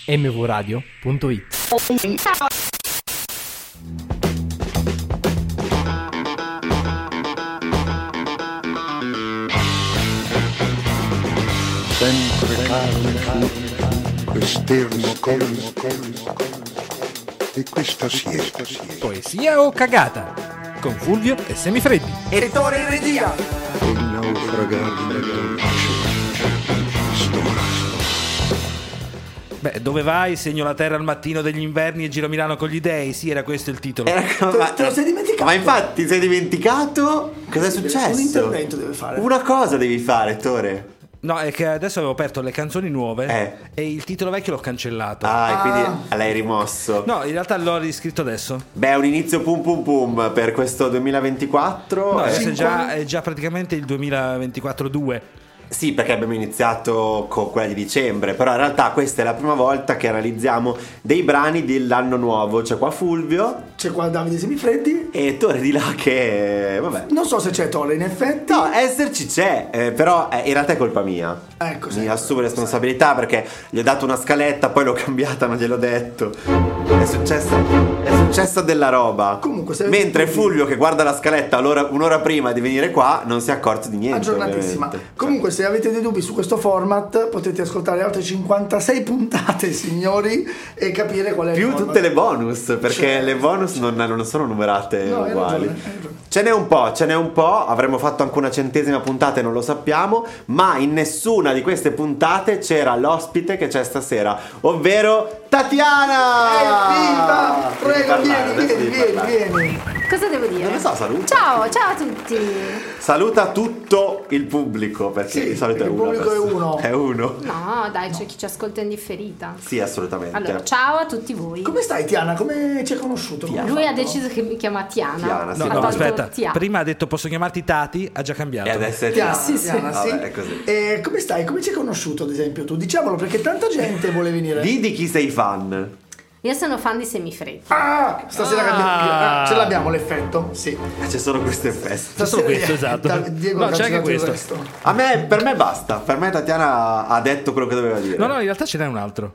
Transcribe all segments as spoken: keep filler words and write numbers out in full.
m v radio punto it. Sempre calmo, quest'ermo colmo, e questa siesta. Poesia o cagata? Con Fulvio e Semifreddi. Editore in regia. Il naufragare dolce. Storia. Beh, dove vai? Segno la terra al mattino degli inverni e giro Milano con gli dei. Sì, era questo il titolo. Eh, ma, te lo sei dimenticato? Ma infatti sei dimenticato? Cos'è successo? Un intervento deve fare. Una cosa devi fare, Ettore. No, è che adesso avevo aperto le canzoni nuove Eh. e il titolo vecchio l'ho cancellato. Ah, e Ah. quindi l'hai rimosso. No, in realtà l'ho riscritto adesso. Beh, è un inizio pum pum pum per questo duemilaventiquattro. No, Eh, adesso è già, è già praticamente il duemilaventiquattro due. Sì, perché abbiamo iniziato con quella di dicembre, però in realtà questa è la prima volta che analizziamo dei brani dell'anno nuovo. C'è qua Fulvio C'è qua Davide Semifreddi. e Ettore di là che... vabbè. Non so se c'è Tole in effetti. No, esserci c'è, eh, però eh, in realtà è colpa mia. Ecco, sì. Mi assumo responsabilità perché gli ho dato una scaletta, poi l'ho cambiata, non gliel'ho detto. È successa, è successa della roba. Comunque, se- Mentre Fulvio, che guarda la scaletta l'ora- un'ora prima di venire qua, non si è accorto di niente. Aggiornatissima. ovviamente. Comunque, se avete dei dubbi su questo format, potete ascoltare le altre cinquantasei puntate, signori, e capire qual è il Più format. tutte le bonus, perché Cioè- le bonus non, non sono numerate No, hai uguali. ragione, hai ragione. Ce n'è un po', ce n'è un po', avremmo fatto anche una centesima puntata e non lo sappiamo, ma in nessuna di queste puntate c'era l'ospite che c'è stasera, ovvero Tatiana! Evviva! Prego, Devi parlare, vieni, adesso vieni, devi vieni, parlare. vieni. Cosa devo dire? Non lo so, saluta. Ciao, ciao a tutti. Saluta tutto il pubblico, perché Sì, di solito è perché il una pubblico è persona. uno. È uno. No, dai, c'è chi ci ascolta in differita. Sì, assolutamente. Allora, ciao a tutti voi. Come stai, Tiana? Come ci hai conosciuto? Come hai Lui ha fatto? deciso che mi chiama Tiana. Tiana, sì. No, Ha no, tolto aspetta. Tia. Prima ha detto posso chiamarti Tati, ha già cambiato. E adesso è Tiana, Sì, sì. Tiana, sì. Vabbè, è così. E come stai? Come ci hai conosciuto, ad esempio, tu? Diciamolo, perché tanta gente vuole venire. Di di chi sei fan? Io sono fan di Semifreddi. Ah, stasera Ah. cambiamo. Ah, ce l'abbiamo l'effetto? Sì. C'è solo questo effetto. C'è solo questo, esatto. Da- Diego No, ha c'è anche cancellato il questo. resto. A me, per me basta. Per me Tatiana ha detto quello che doveva dire. No, no, in realtà ce n'è un altro.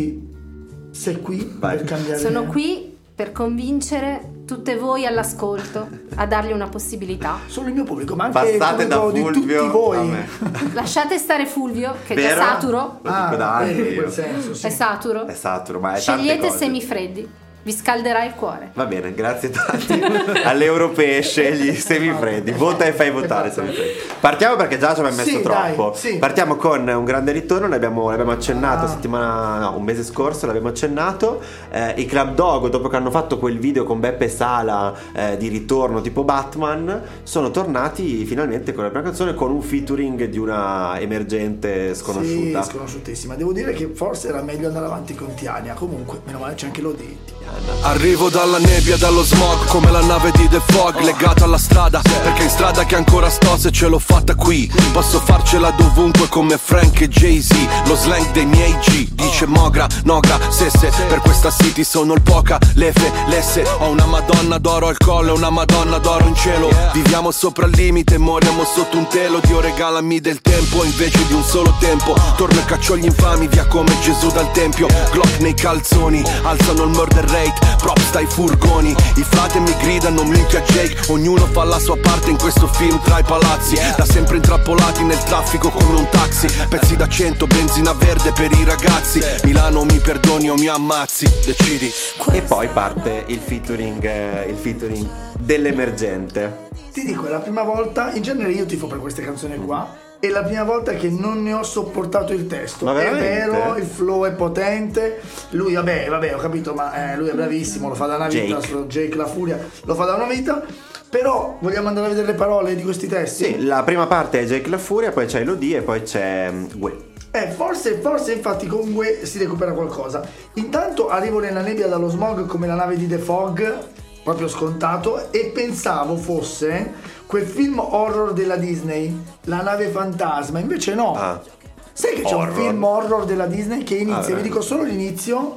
Quindi sei qui Vai. per cambiare. Sono qui per convincere tutte voi all'ascolto a dargli una possibilità. Solo il mio pubblico, ma anche il Passate da pubblico di tutti Fulvio a voi. me. Lasciate stare Fulvio, che è Vero? già saturo. Lo dico da anni vedi, in quel io. senso, sì. È saturo. È saturo, ma è tante Scegliete cose. Semifreddi. Vi scalderà il cuore. Va bene, grazie tanti. Alle europee scegli Semifreddi. Vota e fai votare Esatto. Semifreddi. Partiamo perché già ci abbiamo messo Sì, dai, troppo. sì. Partiamo con un grande ritorno, l'abbiamo, l'abbiamo accennato Ah. settimana, no, un mese scorso l'abbiamo accennato. Eh, I Club Dog, dopo che hanno fatto quel video con Beppe Sala eh, di ritorno tipo Batman, sono tornati finalmente con la prima canzone con un featuring di una emergente sconosciuta. Sì, sconosciutissima. Devo dire che forse era meglio andare avanti con Tiania. Comunque, meno male c'è anche l'Odi. Arrivo dalla nebbia, dallo smog, come la nave di The Fog, legata alla strada, perché in strada che ancora sto se ce l'ho fatta qui. Posso farcela dovunque come Frank e Jay-Z, lo slang dei miei G, dice Mogra, Nogra, Sesse, per questa city sono il poca, lefe, lesse, ho una madonna d'oro al collo e una madonna d'oro in cielo. Viviamo sopra il limite, moriamo sotto un telo, Dio regalami del tempo invece di un solo tempo. Torno e caccio gli infami via come Gesù dal tempio, Glock nei calzoni, alzano il murder rate, props dai furgoni, i frate mi gridano minchia Jake, ognuno fa la sua parte in questo film tra i palazzi, da sempre intrappolati nel traffico come un taxi, pezzi da cento, benzina verde per i ragazzi, Milano mi perdoni o mi ammazzi, decidi. E poi parte il featuring, eh, il featuring dell'emergente. Ti dico, è la prima volta, in genere io tifo per queste canzoni qua, è la prima volta che non ne ho sopportato il testo. Ma è veramente? vero, il flow è potente, lui vabbè, vabbè, ho capito, ma eh, lui è bravissimo, lo fa da una vita, Jake. su Jake la Furia, lo fa da una vita, però vogliamo andare a vedere le parole di questi testi? Sì, la prima parte è Jake la Furia, poi c'è Elodie e poi c'è um, Gue. Eh, forse, forse infatti con Gue si recupera qualcosa. Intanto arrivo nella nebbia dallo smog come la nave di The Fog, proprio scontato, e pensavo fosse quel film horror della Disney, La nave fantasma, invece no. Ah. Sai che c'è Horror. un film horror della Disney che inizia, Ah, vi dico solo l'inizio,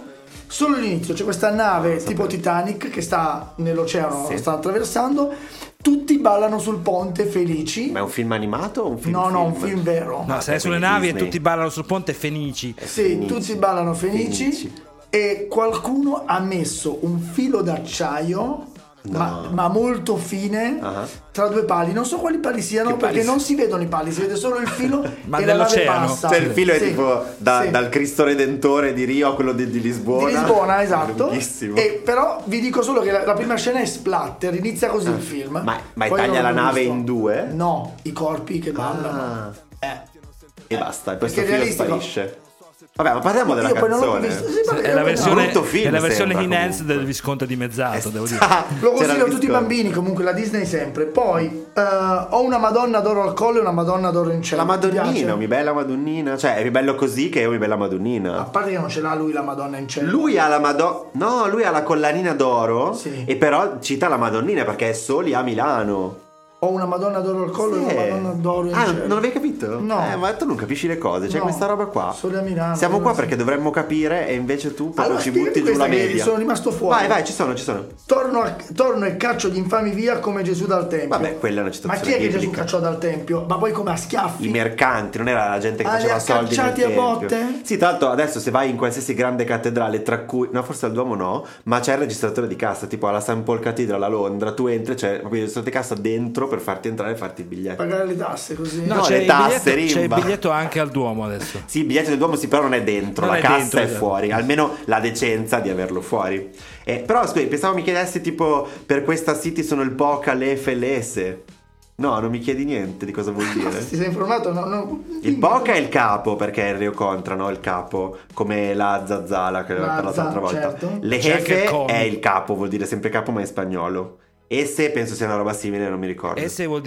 Solo l'inizio, c'è questa nave tipo Titanic che sta nell'oceano, Sì. sta attraversando, tutti ballano sul ponte felici. Ma è un film animato o un film? No, no, un film? film vero. No, sei sulle quindi navi Disney. e tutti ballano sul ponte fenici. Sì, Fenici. tutti ballano felici, Fenici. e qualcuno ha messo un filo d'acciaio, ma, ma molto fine, Ah. tra due pali. Non so quali pali siano, Che perché pali non si vedono i pali, si vede solo il filo Ma e la nave nell'oceano? passa. Cioè il filo è Sì, tipo da- sì. dal Cristo Redentore di Rio a quello di, di Lisbona. Di Lisbona, esatto. Lunghissimo. E però vi dico solo che la, la prima scena è splatter, inizia così il film. Ma- ma Poi taglia non la l'ho nave visto. in due? No, i corpi che ballano. Ah. Eh. E basta, e questo Perché è filo realistico. sparisce. Vabbè, ma parliamo della Io poi non l'ho canzone. visto. Sì, È parliamo la di- versione, brutto film è la versione sembra, enhanced comunque. del Visconte dimezzato, devo dire. Ah, Lo c'era consiglio a il tutti i Visconti. bambini, comunque la Disney sempre. Poi eh, ho una Madonna d'oro al collo e una Madonna d'oro in cielo. La Ti piace? Madonnina, mi bella Madonnina. Cioè, è più bello così che è mi bella A Madonnina. parte che non ce l'ha lui la Madonna in cielo. Lui ha la Madonna. No, lui ha la collanina d'oro. Sì. E però cita la Madonnina perché è soli a Milano. Ho una Madonna d'oro al collo Sì. e una Madonna d'oro in Ah, cielo. non l'avevi capito? No. Eh, ma tu non capisci le cose. C'è No. questa roba qua. Solo a Milano. Siamo qua Sì. perché dovremmo capire e invece tu proprio Allora, ci spiegami butti giù la questa che media. sono rimasto fuori. Vai, vai, ci sono, ci sono. Torno, a- torno e caccio gli infami via come Gesù dal tempio. Vabbè, quella è una Ma citazione chi è che Gesù biblica. cacciò dal tempio? Ma poi come a schiaffi? I mercanti, non era la gente che Ah, li faceva ha soldi nel cacciati a tempio. botte? Sì, tra l'altro adesso se vai in qualsiasi grande cattedrale, tra cui, no forse al Duomo no, ma c'è il registratore di cassa, tipo alla Saint Paul Cathedral a Londra, tu entri, c'è proprio il registratore di cassa dentro per farti entrare e farti il biglietto. Pagare le tasse così. No, c'è, le il tasse, biglietto, c'è il rimba. biglietto anche al Duomo adesso. Sì, il biglietto del Duomo sì, però non è dentro, Non la è cassa dentro, è esatto. fuori, almeno la decenza di averlo fuori. Eh, però scusi, pensavo mi chiedessi tipo per questa city sono il Poca, l'Efe e l'Ese. No, non mi chiedi niente di cosa vuol dire. Ti sei informato? No, no. Il Poca è il capo, perché è il Rio Contra, no? Il capo, come la Zazzala che aveva La parlato za- l'altra volta. certo. Le C'è anche il Efe Comi. è il capo, vuol dire sempre capo, ma è in spagnolo. Esse penso sia una roba simile, non mi ricordo. Esse vuol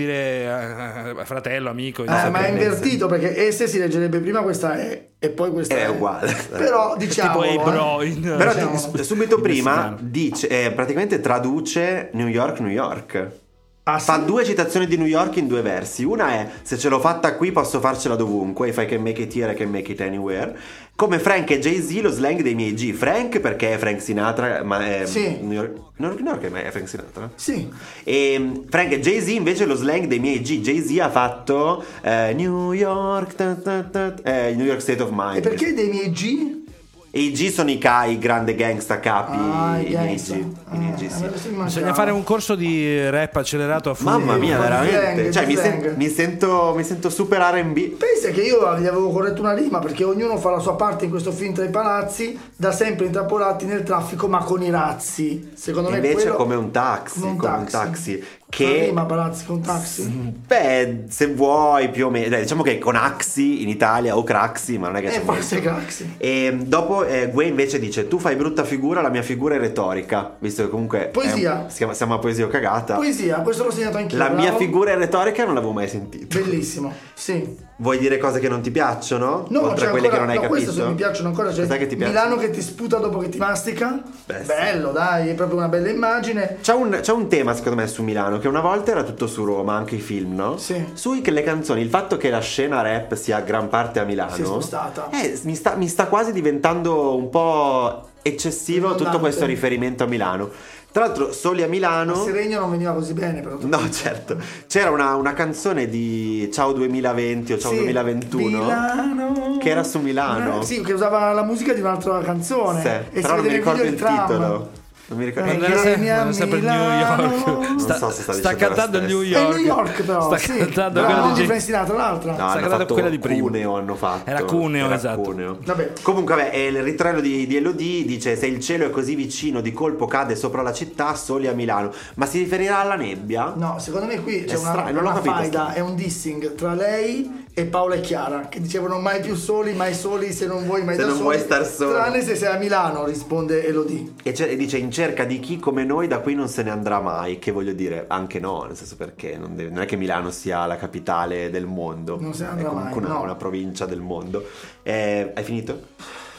dire eh, fratello, amico. Eh, insomma. ma è Sapere, invertito perché esse si leggerebbe prima questa E e poi questa È E. uguale. Però diciamo. tipo hey bro in, Però Diciamo. ti- subito in prima messicano. dice, eh, praticamente traduce New York, New York. Ah, Fa sì? due citazioni di New York in due versi. Una è se ce l'ho fatta qui posso farcela dovunque. If I can make it here I can make it anywhere. Come Frank e Jay-Z lo slang dei miei G. Frank perché è Frank Sinatra, ma è Sì. New York, New York, New York è Frank Sinatra. Sì. E mm, Frank e Jay-Z invece lo slang dei miei G. Jay-Z ha fatto eh, New York ta, ta, ta, eh, New York State of Mind. E perché dei miei G? E i G sono i K, i grande gangsta capi, Ah, i i miei gangsta. G. I miei Ah, G, me sì. lo si Bisogna mancava. fare un corso di rap accelerato a full. Mamma mia, Di veramente. slang, Cioè, di mi, sen- slang. mi sento, mi sento super R and B. Pensa che io gli avevo corretto una rima perché ognuno fa la sua parte in questo film tra i palazzi, da sempre intrappolati nel traffico ma con i razzi. Secondo me Invece quello... come un taxi, come un come un taxi. taxi. Che Che rima palazzi con taxi? beh, se vuoi più o meno, dai, diciamo che con Axi in Italia o Craxi, ma non è che Eh, c'è forse molto. Craxi. E dopo eh, Gue invece dice tu fai brutta figura, la mia figura è retorica, visto che comunque è Poesia. un- si chiama- siamo a poesia o cagata. Poesia, questo l'ho segnato anch'io. La mia bravo. figura è retorica non l'avevo mai sentito. Bellissimo, sì. Vuoi dire cose che non ti piacciono? No, Oltre c'è a quelle ancora, che non hai no, capito? questo se mi piacciono ancora. C'è Cos'è che ti piace? Milano che ti sputa dopo che ti mastica. Beh, sì. Bello, dai, è proprio una bella immagine. C'è un, c'è un tema secondo me su Milano, che una volta era tutto su Roma, anche i film, no? Sì. Sui che le canzoni, il fatto che la scena rap sia gran parte a Milano. Si è spostata. Eh, mi sta, mi sta quasi diventando un po' eccessivo tutto Ridondante. questo riferimento a Milano. Tra l'altro, soli a Milano. Il Seregno non veniva così bene, però. No, certo. C'era una, una canzone di Ciao duemilaventi o Ciao Sì, duemilaventuno Milano. che era su Milano. Eh, sì, che usava la musica di un'altra canzone. Sì, E però si non mi vedeva ricordo il video del tram. titolo. Non mi ricordo. Eh, Non era, che se- mi a non era sempre New Milano. York. Non Sta, so se sta sta dicendo cantando la New stessa. È York. New York, però. Sta sì. cantando No, quella non di di Jay- Frank Sinatra, l'altra. No, Sta hanno cantando fatto quella di prima. Cuneo hanno fatto. Era Cuneo, Era esatto. Cuneo. Vabbè. Comunque, vabbè, e il ritorno di, di Elodie dice: se il cielo è così vicino, di colpo cade sopra la città, soli a Milano. Ma si riferirà alla nebbia? No, secondo me qui c'è È una, strano, non l'ho una capito, faida, sta- è un dissing tra lei e Paola e Chiara, che dicevano mai più soli, mai soli, se non vuoi mai Se da non soli. vuoi star solo. Tranne se sei a Milano, risponde Elodie. E, c'è- e dice: in cerca di chi come noi da qui non se ne andrà mai. Che voglio dire, anche no, nel senso perché non, deve- non è che Milano sia la capitale del mondo. Non se ne è andrà comunque mai, una, no. una provincia del mondo. Eh, hai finito?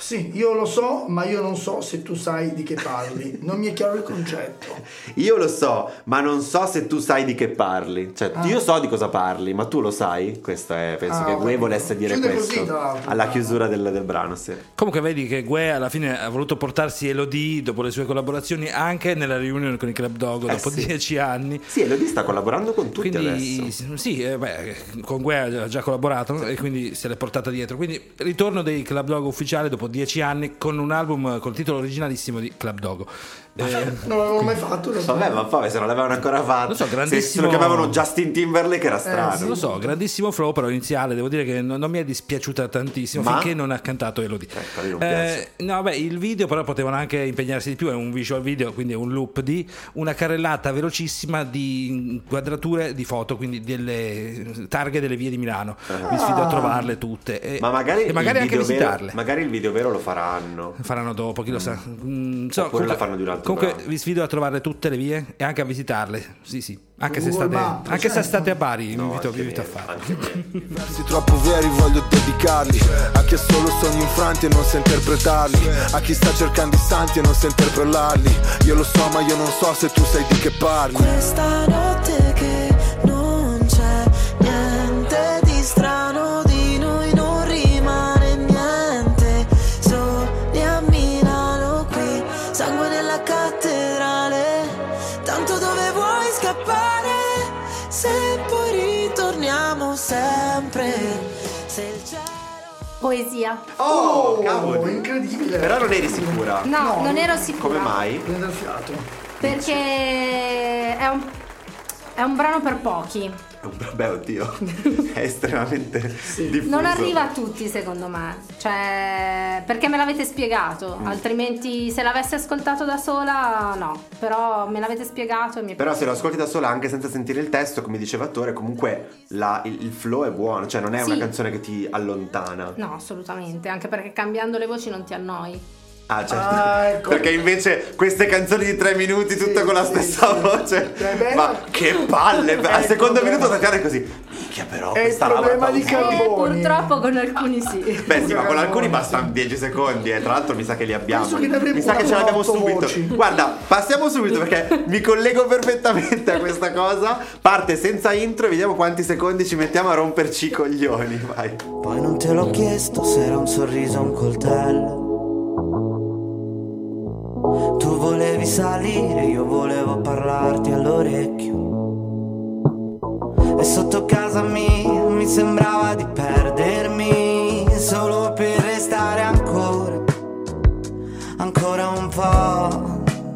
Sì, io lo so, ma io non so se tu sai di che parli. Non mi è chiaro il concetto. Io lo so, ma non so se tu sai di che parli. Cioè, Ah. io so di cosa parli, ma tu lo sai? Questo è, penso Ah, che ho Gue capito. volesse dire Chiude questo così, tra l'altro. alla chiusura del, del brano, sì. Comunque vedi che Gue alla fine ha voluto portarsi Elodie dopo le sue collaborazioni anche nella reunion con i Club Dogo Eh dopo sì. dieci anni. Sì, Elodie sta collaborando con tutti Quindi adesso. sì, eh, beh, con Gue ha già collaborato e quindi se l'è portata dietro. Quindi ritorno dei Club Dogo ufficiale dopo dieci anni con un album col titolo originalissimo di Club Dogo. Eh, Non l'avevo mai fatto. in realtà. Vabbè, ma poi se non l'avevano ancora fatto, Lo so, se, se grandissimo- lo chiamavano Justin Timberlake era strano. sì. non lo so, grandissimo flow però iniziale, devo dire che non, non mi è dispiaciuta tantissimo Ma? finché non ha cantato Elodie. Ecco, a me non Eh, piace. no, beh, il video però potevano anche impegnarsi di più, è un visual video, quindi è un loop di una carrellata velocissima di inquadrature di foto, quindi delle targhe delle vie di Milano. Vi sfido a trovarle tutte e, Ma magari, e magari il anche video vero- visitarle. magari il video vero lo faranno. Faranno dopo, chi lo sa. Mm, so, Oppure la fanno di un altro comunque brano. vi sfido a trovare tutte le vie e anche a visitarle. Sì, sì. Anche se Google state, Maps, anche se certo. state a Bari, vi No, invito, anche vi invito a vero, farlo. anche vero. Versi troppo veri voglio dedicarli a chi ha solo sogni infranti e non sa interpretarli, a chi sta cercando istanti e non sa interpellarli. Io lo so ma io non so se tu sai di che parli. Questa notte che non c'è niente di strano, di noi non rimane niente, soli a Milano qui, sangue nella cattedrale, tanto dove vuoi scappare, se poi ritorniamo sempre, se il cielo... Poesia. Oh, Oh, cavoli. incredibile. Però non eri sicura. No, No, non ero sicura. Come mai? Prende il fiato. Perché è un, è un brano per pochi. È un- Beh, oddio, è estremamente diffuso. Non arriva a tutti secondo me. Cioè, perché me l'avete spiegato. Mm. Altrimenti se l'avessi ascoltato da sola, no. Però me l'avete spiegato e mi è Però se lo piaciuto. ascolti da sola anche senza sentire il testo, come diceva Attore, comunque la- il, il flow è buono, cioè non è Sì. una canzone che ti allontana. No, assolutamente. Anche perché cambiando le voci non ti annoi. Ah, certo. Ah, ecco. Perché invece queste canzoni di tre minuti tutte Sì, con la sì, stessa sì. voce. Cioè, beh, ma ma- che palle! È Al il secondo problema. minuto Tatiana è così. Minchia, però È il questa problema roba di fa un po'. Carboni. Eh, purtroppo con alcuni sì. Beh sì, ma con alcuni Carboni, bastano sì. dieci secondi e tra l'altro mi sa che li abbiamo. Penso che ne avremo Mi sa che ce una l'abbiamo con otto subito. voci. Guarda, passiamo subito perché mi collego perfettamente a questa cosa. Parte senza intro e vediamo quanti secondi ci mettiamo a romperci i coglioni. Vai. Poi non te l'ho chiesto se era un sorriso o un coltello. Tu volevi salire, io volevo parlarti all'orecchio. E sotto casa mia mi sembrava di perdermi, solo per restare ancora, ancora un po'.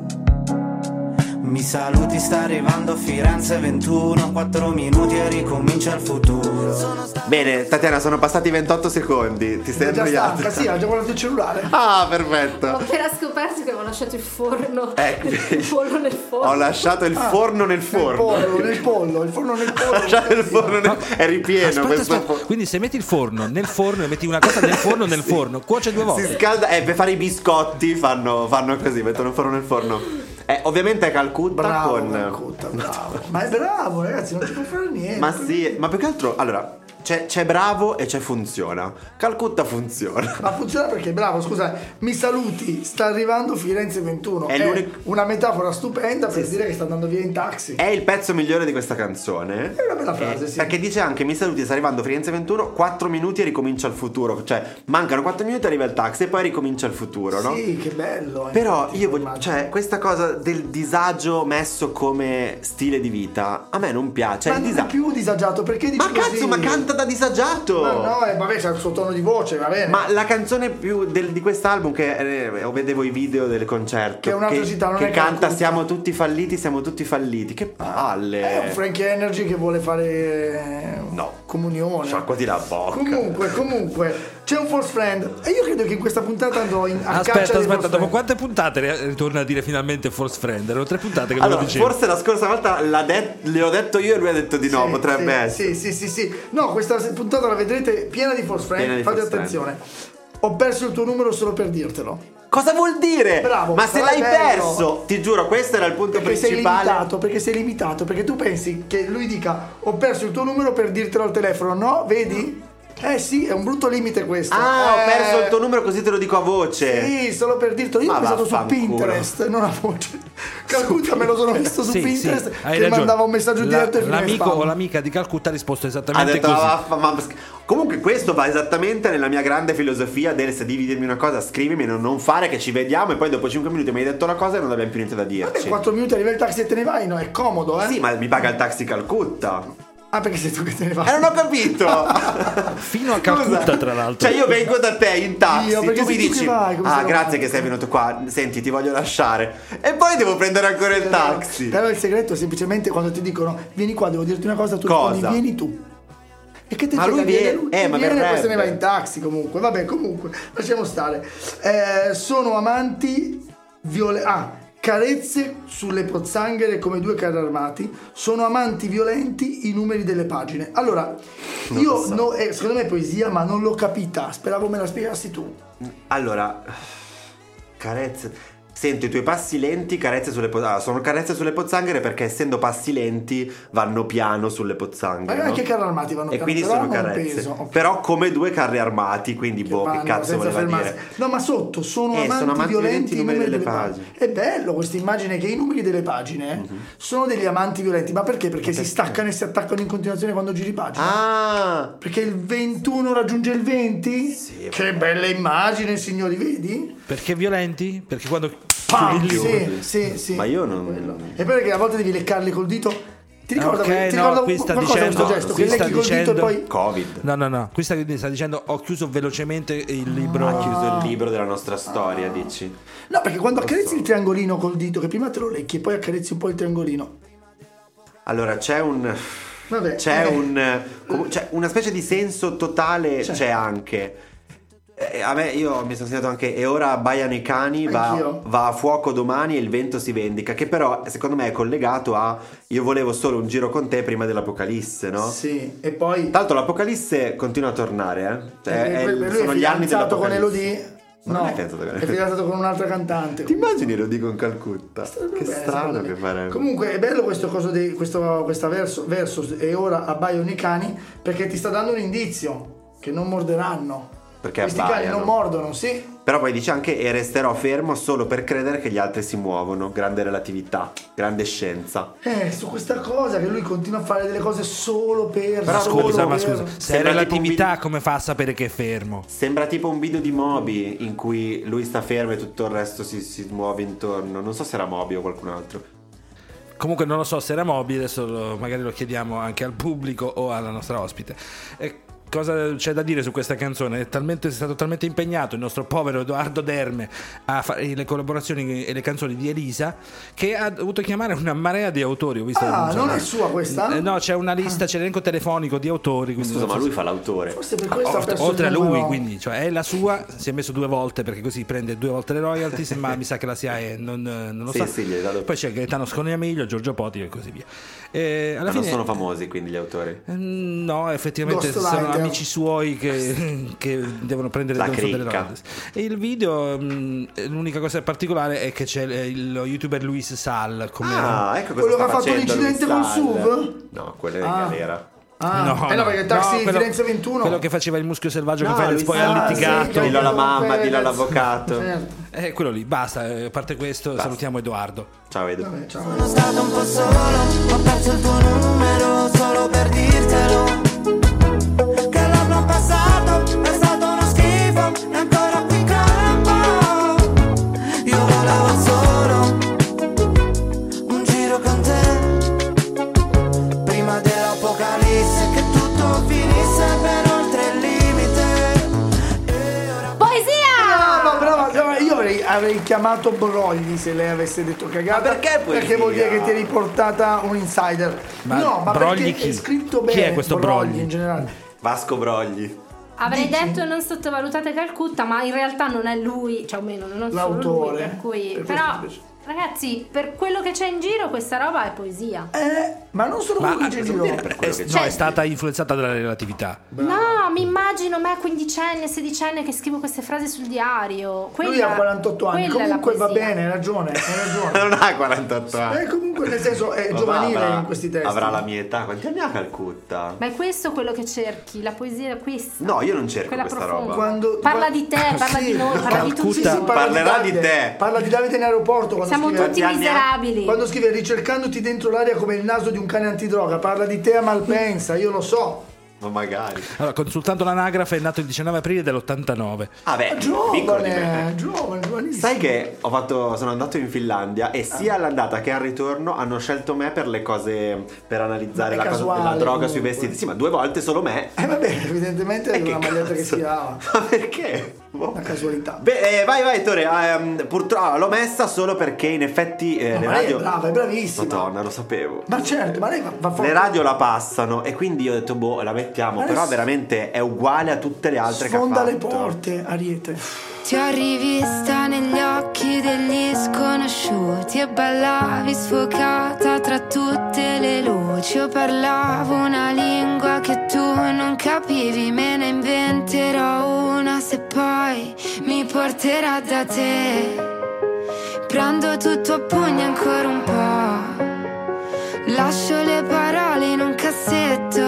Mi saluti, sta arrivando a Firenze ventuno, quattro minuti e ricomincia il futuro. Sono stato Bene, Tatiana, sono passati ventotto secondi. Ti sei È già annoiata? stanca, sì, ha già guardato il cellulare. Ah, Ho perfetto. appena scoperto che avevo lasciato il forno. Ecco. Il pollo nel forno. Ho lasciato il forno nel Il forno. pollo, nel pollo, il forno nel Ho pollo. lasciato il forno nel... È ripieno Aspetta, questo aspetta. fo- Quindi se metti il forno nel forno e metti una cosa nel forno nel forno, cuoce due Si volte. scalda. Eh, per fare i biscotti fanno, fanno così, mettono il forno nel forno. Eh, ovviamente è Calcutta Bravo, con... Calcutta, bravo. Ma è bravo, ragazzi, non ci può fare niente. Ma sì, ma più che altro, allora, c'è, c'è bravo e c'è funziona. Calcutta funziona. Ma funziona perché è bravo, scusa, mi saluti, sta arrivando Firenze ventuno. È È, l'unico- una metafora stupenda per Sì, dire che sta andando via in taxi. È il pezzo migliore di questa canzone. È una bella frase, Eh, sì. Perché dice anche mi saluti, sta arrivando Firenze ventuno, quattro minuti e ricomincia il futuro. Cioè, mancano quattro minuti, arriva il taxi e poi ricomincia il futuro, no? Sì, che bello. eh. Però Infatti, io voglio, immagino. cioè, questa cosa del disagio messo come stile di vita a me non piace. Ma il non disa- è più disagiato, perché dici Ma cazzo, così? ma canta da disagiato! Ma no, eh, vabbè, c'ha il suo tono di voce, va bene. Ma la canzone più del- di quest'album che eh, vedevo i video del concerto Che è un'altra che, città, non che è canta Calcutta. siamo tutti falliti, siamo tutti falliti. Che palle! È un Frankie Energy che vuole fare eh, No. comunione. Sciacquati la bocca. Comunque, comunque, c'è un false friend. E io credo che in questa puntata andrò in, a caccia Aspetta, dei aspetta, false dopo friend. quante puntate ri- ritorna a dire finalmente false friend? Erano tre puntate che me lo Allora, dicevo. forse la scorsa volta l'ha det- le ho detto io e lui ha detto di no, Sì, potrebbe sì, essere. Sì, sì, sì, sì. No, questa puntata la vedrete piena di false friend. Piena di Fate false attenzione. Ho perso il tuo numero solo per dirtelo. Cosa vuol dire? Bravo, Ma se però l'hai è bello. perso, ti giuro, questo era il punto Perché sei principale. limitato, perché sei limitato, perché tu pensi che lui dica ho perso il tuo numero per dirtelo al telefono, no? Vedi? Eh sì, è un brutto limite questo. Ah, ho Eh, perso il tuo numero così te lo dico a voce. Sì, solo per dirtelo. Io Ma ho pensato su vaffanculo. Pinterest, non a voce. Calcutta me lo sono visto su Sì, Pinterest sì, hai che ragione. mandava un messaggio La- diretto e finiva in l'amico spam. o l'amica di Calcutta ha risposto Ha esattamente detto, così. "Ah, vaffa- ma- comunque questo va esattamente nella mia grande filosofia del se devi dirmi una cosa scrivimi, non, non fare che ci vediamo e poi dopo cinque minuti mi hai detto la cosa e non abbiamo più niente da Vabbè, dirci. quattro minuti arriva il taxi e te ne vai, no? È comodo, eh? Sì, ma mi paga il taxi Calcutta. Ah, perché sei tu che te ne vai? E non ho capito. Fino a Calcutta, Scusa. tra l'altro. Cioè io vengo da te in taxi, Io, perché tu mi sei tu dici che vai, come ah se no- grazie che sei venuto qua, senti ti voglio lasciare e poi devo prendere ancora il taxi. Però il segreto è semplicemente quando ti dicono vieni qua, devo dirti una cosa, tu Cosa? rispondi vieni tu. E che te Ma frega, lui viene- lui eh, ma viene e poi verrebbe. se ne va in taxi comunque. Vabbè, comunque, lasciamo stare. Eh, sono amanti viole- ah, carezze sulle pozzanghere come due carri armati. Sono amanti violenti i numeri delle pagine. Allora, Non io lo so. no- eh, secondo me è poesia, ma non l'ho capita. Speravo me la spiegassi tu. Allora, carezze. Sento i tuoi passi lenti, carezze sulle pozzanghere. Ah, sono carezze sulle pozzanghere perché essendo passi lenti vanno piano sulle pozzanghere. Ma no? anche i carri armati vanno E piano, quindi però sono hanno un carezze. peso, ok. Però come due carri armati, quindi boh, che Vanno cazzo senza voleva fermarsi. dire? No, ma sotto sono Eh, amanti, sono amanti violenti i numeri delle pagine. pagine. È bello questa immagine che i numeri delle pagine eh, Mhm. sono degli amanti violenti. Ma perché? Perché si staccano e si attaccano in continuazione quando giri pagina. Ah! Perché il ventuno raggiunge il venti? Sì, Che bella immagine, signori, vedi? Perché violenti? Perché quando Pam! chiudi il libro- Sì, sì, sì. Ma io non- Quello. E poi perché a volte devi leccarli col dito. Ti ricorda, Ok, ti no, ricorda qui sta qualcosa dicendo- questo gesto? qui Che sta lecchi col dito e dicendo- poi... Covid. No, no, no. Qui sta, sta dicendo ho chiuso velocemente il libro. Ha chiuso il libro della nostra storia, dici? No, perché quando accarezzi il triangolino col dito, che prima te lo lecchi e poi accarezzi un po' il triangolino. Allora, c'è un... Vabbè. C'è eh. un... com- c'è una specie di senso totale, C'è. c'è anche... Eh, a me, io mi sono segnato anche e ora abbaiano i cani, va, Anch'io. va a fuoco domani e il vento si vendica, che però secondo me è collegato a io volevo solo un giro con te prima dell'apocalisse, no? Sì, e poi... Tra l'altro l'apocalisse continua a tornare, eh? Cioè, Eh, è- per- per lui sono è gli anni fidanzato con dell'apocalisse. Elodie. Ma No, non è fidanzato con è Elodie. fidanzato con un'altra cantante. Ti immagini Elodie con Calcutta? Che Bene, strano secondo che me. farebbe. Comunque è bello questo coso di questo questa verso, verso e ora abbaiano i cani perché ti sta dando un indizio che non morderanno. Perché Questi cani abbaiano. non mordono, sì. Però poi dice anche e resterò fermo solo per credere che gli altri si muovono. Grande relatività, grande scienza. Eh, su questa cosa che lui continua a fare delle cose solo per Però solo Scusa, per... ma scusa, se è Sembra relatività, tipo come fa a sapere che è fermo? Sembra tipo un video di Moby in cui lui sta fermo e tutto il resto si, si muove intorno. Non so se era Moby o qualcun altro. Comunque non lo so se era Moby, adesso lo- magari lo chiediamo anche al pubblico o alla nostra ospite. E cosa c'è da dire su questa canzone? È, talmente, è stato talmente impegnato il nostro povero Edoardo Derme a fare le collaborazioni e le canzoni di Elisa che ha dovuto chiamare una marea di autori. Ho visto, Ah, insomma, non è sua questa? eh, no, c'è una lista, c'è l'elenco telefonico di autori. quindi Scusa, non so ma se- lui fa l'autore. Forse per questo ha oltre, perso il oltre a lui, numero. quindi cioè, è la sua, si è messo due volte perché così prende due volte le royalties, ma mi sa che la S I A E non, non lo Sì, sa. sì, glieli dà dopo. Poi c'è Gaetano Scognamiglio, Giorgio Poti e così via. E alla Ma non fine, sono famosi quindi gli autori. eh, no, effettivamente Ghostwriter. sono amici suoi che, che devono prendere La devono fare delle cricca. royalties. E il video, mh, l'unica cosa particolare è che c'è il- lo youtuber Luis Sal come Ah, ecco cosa Quello sta che ha fatto facendo l'incidente Luis col Sal. S U V? No, quello è in Ah. galera. Ah, No, eh no, perché il taxi no, quello- Firenze ventuno. quello che faceva il muschio selvaggio No, che poi Luis poi Sal, ha sì, litigato. Dillo alla mamma, Fedez. dillo all'avvocato. Certo. Eh, quello lì, basta. eh, A parte questo, salutiamo Edoardo. Ciao Edo. Vabbè, ciao. Sono stato un po' solo, ho perso il tuo numero solo per dirtelo. Che l'anno passato è stato uno schifo e ancora qui campo. Io volevo solo un giro con te prima dell'apocalisse, che tutto finisse per oltre il limite. E ora Poesia! No, brava, brava, io avrei, avrei chiamato Brogli se lei avesse detto cagata. Ma perché poesia? Perché vuol dire che ti eri portata un insider. Ma no, ma Brogli perché chi? è scritto Chi bene. è questo Brogli? in generale. Vasco Brogli. Avrei Dici? detto non sottovalutate Calcutta, ma in realtà non è lui, cioè o meno, non solo lui, L'autore. per cui... Per questo Però, invece. ragazzi, per quello che c'è in giro questa roba è poesia. Eh, Ma non solo quello che dice Giro. È, no, è stata influenzata dalla relatività. No, mi immagino me quindicenne, sedicenne che scrivo queste frasi sul diario. Quella, Lui ha quarantotto anni, comunque va bene, hai ragione, hai ragione. Non ha quarantotto anni. Eh, comunque nel senso è Ma giovanile avrà- in questi testi. Avrà la mia età. Quanti anni ha Calcutta? Ma è questo quello che cerchi? La poesia è questa? No, io non cerco Quella questa profonda. roba. Quando, Parla di te, parla Sì. di noi, parla di tutti. Sì, sì, parla Parlerà di Davide. te. Parla di Davide in aeroporto quando Siamo scrive, tutti anni ha? miserabili. quando scrive ricercandoti dentro l'aria come il naso di un cane antidroga. Parla di te a Malpensa, io lo so. Ma magari. Allora, consultando l'anagrafe, è nato il diciannove aprile dell'ottantanove. Ah beh, piccolo di me. Giovane, giovane, giovanissimo. Sai che ho fatto, sono andato in Finlandia e sia all'andata che al ritorno hanno scelto me per le cose, per analizzare Ma è la cosa casuale, della droga comunque. sui vestiti. Sì, ma due volte solo me. Eh vabbè, evidentemente Eh, è che una maglietta che cazzo? tirava. Ma perché? Boh. Una casualità. Beh, eh, vai, vai, Tore. ehm, purtroppo l'ho messa solo perché in effetti eh, No, le ma lei radio. è brava, è bravissima. Madonna, lo sapevo. Ma certo, ma lei va, va forte. Le radio la passano e quindi io ho detto, boh, la mettiamo. Ma Però adesso- veramente è uguale a tutte le altre Sfonda che ha le fatto. porte, Ariete. Ti ho rivista negli occhi degli sconosciuti e ballavi sfocata tra tutte le luci. Io parlavo una lingua che tu non capivi, me ne inventerò una se poi mi porterà da te. Prendo tutto a pugni ancora un po', lascio le parole in un cassetto,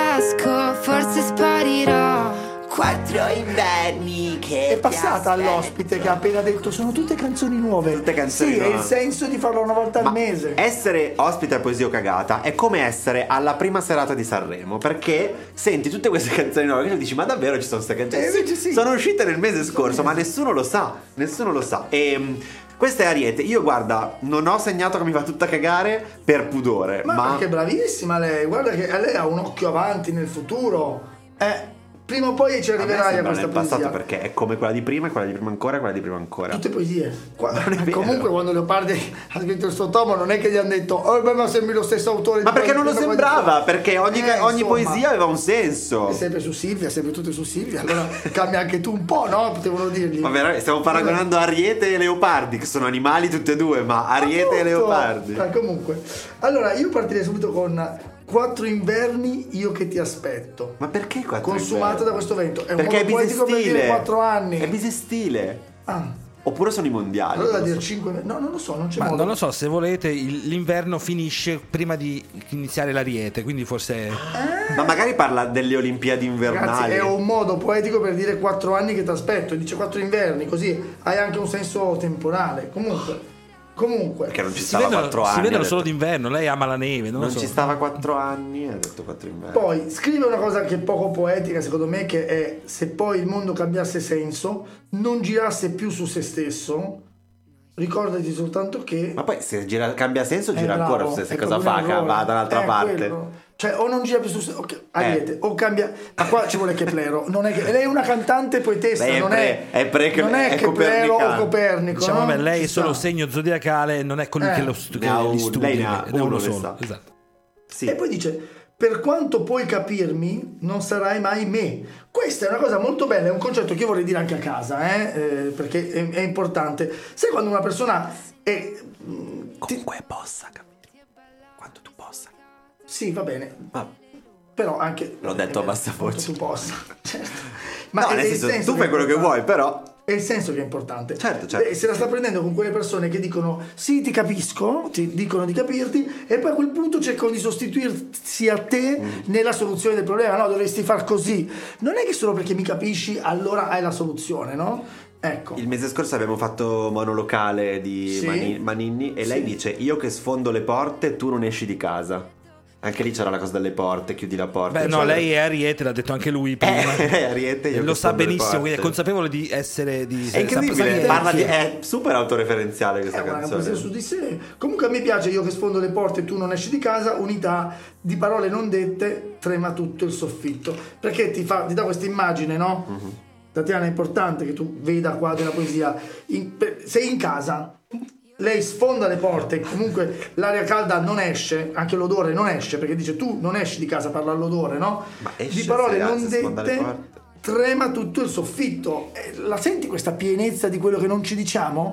esco, forse sparirò. Quattro inverni che È passata all'ospite che ha appena detto sono tutte canzoni nuove. Tutte canzoni Sì, è nuove. il senso di farlo una volta Ma al mese. essere ospite a Poesia o Cagata è come essere alla prima serata di Sanremo, perché senti tutte queste canzoni nuove e tu dici ma davvero ci sono queste canzoni? Eh, invece sì. Sono uscite nel mese scorso, ma nessuno lo sa, nessuno lo sa. E questa è Ariete. Io guarda, non ho segnato che mi fa tutta cagare per pudore, Ma, ma, perché è bravissima lei, guarda che lei ha un occhio avanti nel futuro. Eh, prima o poi ci a me arriverai a, sembra questa nel passato poesia. perché è come quella di prima, quella di prima ancora, quella di prima ancora. Tutte poesie. Qua- Non è vero. comunque quando Leopardi ha scritto il suo tomo non è che gli hanno detto oh beh, ma sembri lo stesso autore Ma di perché non lo quella- sembrava? Perché ogni, Eh, ogni insomma. poesia aveva un senso. È sempre su Silvia, sempre tutte su Silvia. Allora cambia anche tu un po', no? Potevano dirgli. Ma veramente stiamo paragonando Ariete e Leopardi, che sono animali tutte e due, ma Ariete e Appunto. Leopardi. Ah, comunque, allora io partirei subito con Quattro inverni io che ti aspetto. Ma perché quattro Consumata inverni? da questo vento. È un Perché è modo poetico per dire bisestile. quattro anni. È bisestile. Ah, Oppure sono i mondiali. allora da non dire so. cinque. No, non lo so, non c'è Ma modo. non lo so, se volete, il- l'inverno finisce prima di iniziare l'Ariete, quindi forse. Ma magari parla delle Olimpiadi invernali. Ragazzi, è un modo poetico per dire quattro anni che ti aspetto. Dice quattro inverni, così hai anche un senso temporale. Comunque, comunque. Perché non ci Si stava vedono, quattro si anni. vedono ha solo detto. d'inverno, lei ama la neve, non, Non lo so. ci stava quattro anni, ha detto quattro inverni. Poi scrive una cosa che è poco poetica secondo me, che è: se poi il mondo cambiasse senso, non girasse più su se stesso, ricordati soltanto che Ma poi se gira- cambia senso, Eh, gira bravo, ancora. Se, se è cosa proprio fa? un Che errore. va dall'altra È parte. quello. Cioè, o non gira più su ok, Ariete, Eh. o cambia. Ma qua ci vuole Keplero. Non è che lei è una cantante poetessa, Lei è non pre- è, è pre- non è, è Keplero o copernicano. Copernico. Diciamo, no? vabbè, lei Ci è solo sta. segno zodiacale, non è colui Eh. che, lo stu- Ne ha che li uno, studia, lei ne ha ne ha uno, uno ne solo. sa. Esatto. Sì. E poi dice: per quanto puoi capirmi, non sarai mai me. Questa è una cosa molto bella, è un concetto che io vorrei dire anche a casa, eh, eh, perché è, è importante. Sai quando una persona è. Comunque possa capire. Quanto tu possa. Sì, va bene. Ah. Però anche. L'ho detto a bassa quanto voce. Tu possa. Certo. No, è- nel è il senso, tu che fai è quello che importante. vuoi, però. È il senso che è importante. Certo, certo. Beh, se la sta prendendo con quelle persone che dicono sì, ti capisco, ti dicono di capirti, e poi a quel punto cercano di sostituirsi a te Mm. nella soluzione del problema. No, dovresti far così. Non è che solo perché mi capisci allora hai la soluzione, no? Ecco. Il mese scorso abbiamo fatto monolocale di Sì. Mani- Maninni e lei Sì. dice: io che sfondo le porte, tu non esci di casa. Anche lì c'era la cosa delle porte, chiudi la porta. Beh, no, eccetera. lei è Ariete, l'ha detto anche lui prima. Eh, Ariete, io E lo che sa sfondo le benissimo, porte. quindi è consapevole di essere di È incredibile, sa- sa- parla chi di, è. è super autoreferenziale questa È una canzone. poesia su di sé. Comunque a me piace io che sfondo le porte e tu non esci di casa, unità di parole non dette, trema tutto il soffitto. Perché ti, fa, ti dà questa immagine, no? Mhm. Tatiana, è importante che tu veda qua della poesia. In- per- sei in casa, lei sfonda le porte, comunque l'aria calda non esce, anche l'odore non esce, perché dice tu non esci di casa, parla all'odore, no? Ma esce di parole se- non se sfonda le dette, porte. trema tutto il soffitto. Eh, la senti questa pienezza di quello che non ci diciamo?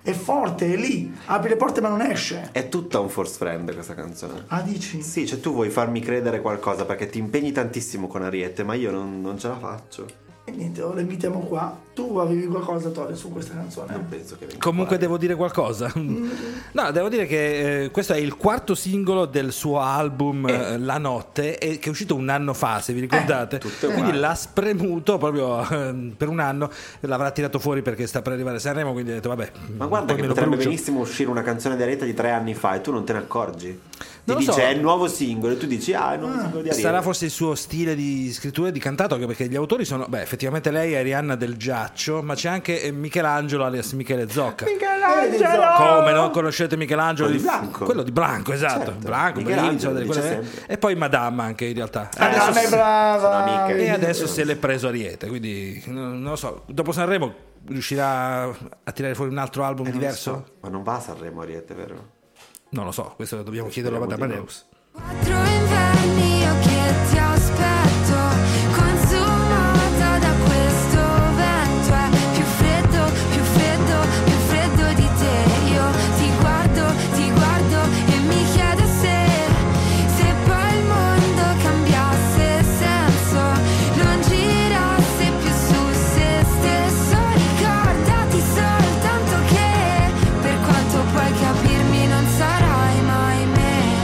è forte, è lì, apri le porte ma non esce. È tutta un force friend questa canzone. Ah, dici? Sì, cioè tu vuoi farmi credere qualcosa perché ti impegni tantissimo con Ariete, ma io non, non ce la faccio. E niente, lo invitiamo qua. Tu avevi qualcosa, Tore, su questa canzone? Non penso che venga Comunque qua. devo dire qualcosa. No, devo dire che eh, questo è il quarto singolo del suo album eh. La Notte, e che è uscito un anno fa, se vi ricordate. tutte Quindi uguali. l'ha spremuto proprio eh, per un anno, l'avrà tirato fuori perché sta per arrivare a Sanremo, quindi ha detto vabbè. Ma guarda poi che me lo potrebbe brucio. benissimo uscire una canzone di Ariete di tre anni fa e tu non te ne accorgi. Ti Non lo dice so. è il nuovo singolo e tu dici ah è il nuovo singolo di Ariete. Sarà forse il suo stile di scrittura e di cantato, anche perché gli autori sono, beh, effettivamente lei è Arianna Del Giaccio, ma c'è anche eh, Michelangelo alias Michele Zocca. Michelangelo! Come non conoscete Michelangelo? Quello di Blanco. Quello di Blanco, esatto. Certo, Blanco, Michelangelo Bellini, dice quelle- sempre. e poi Madame anche in realtà. Ah, Adesso ma è si- brava. sono amiche. e adesso se l'è preso Ariete, quindi non non lo so. Dopo Sanremo riuscirà a tirare fuori un altro album Eh, non diverso? so. Ma non va a Sanremo Ariete, vero? Non lo so, questo dobbiamo chiederlo a Speriamo Madame di no. Amadeus. Quattro inverni io che ti aspetto, consumata da questo vento, è più freddo, più freddo, più freddo di te. Io ti guardo, ti guardo e mi chiedo se, se poi il mondo cambiasse senso, non girasse più su se stesso. Ricordati soltanto che, per quanto puoi capirmi, non sarai mai me.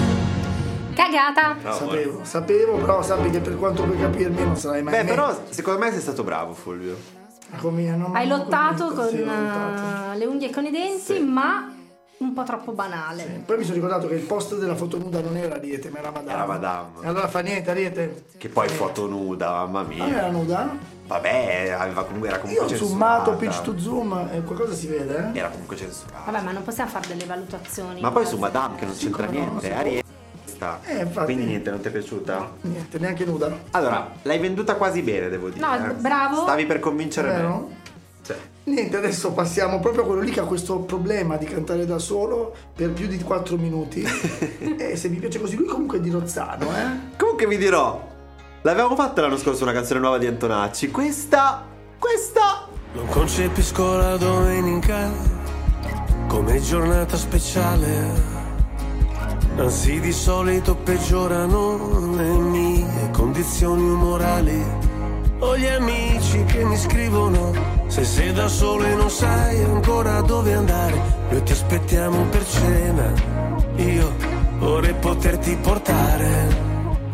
Cagata. Sapevo, sapevo, però sappi che per quanto puoi capirmi non sarai mai Beh, me. però secondo me sei stato bravo, Fulvio. Come non- Hai lottato con Sì, ho lottato. eh, le unghie e con i denti, ma un po' troppo banale. Poi mi sono ricordato che il post della foto nuda non era Ariete, ma era Madame. Era Madame. E allora fa niente, Ariete. Che poi foto nuda, mamma Non era mia. nuda? Vabbè, aveva comunque, era Io comunque ho censurata. zoomato, pitch to zoom, e qualcosa si vede, eh? Era comunque censurata. Vabbè, ma non possiamo fare delle valutazioni. Ma poi in su base- Madame che non c'entra come no, niente, si Ariete sta. Eh, infatti. Quindi niente, non ti è piaciuta? Niente, neanche nuda. Allora, l'hai venduta quasi bene, devo dire. No, eh. bravo. Stavi per convincere me. Vero? Sì. Niente, adesso passiamo proprio a quello lì che ha questo problema di cantare da solo per più di quattro minuti. E se mi piace così, lui comunque è di Rozzano, eh? Comunque vi dirò, l'avevamo fatta l'anno scorso una canzone nuova di Antonacci. Questa, questa Non concepisco la domenica come giornata speciale, anzi di solito peggiorano le mie condizioni umorali. Ho gli amici che mi scrivono se sei da solo e non sai ancora dove andare, noi ti aspettiamo per cena, io vorrei poterti portare.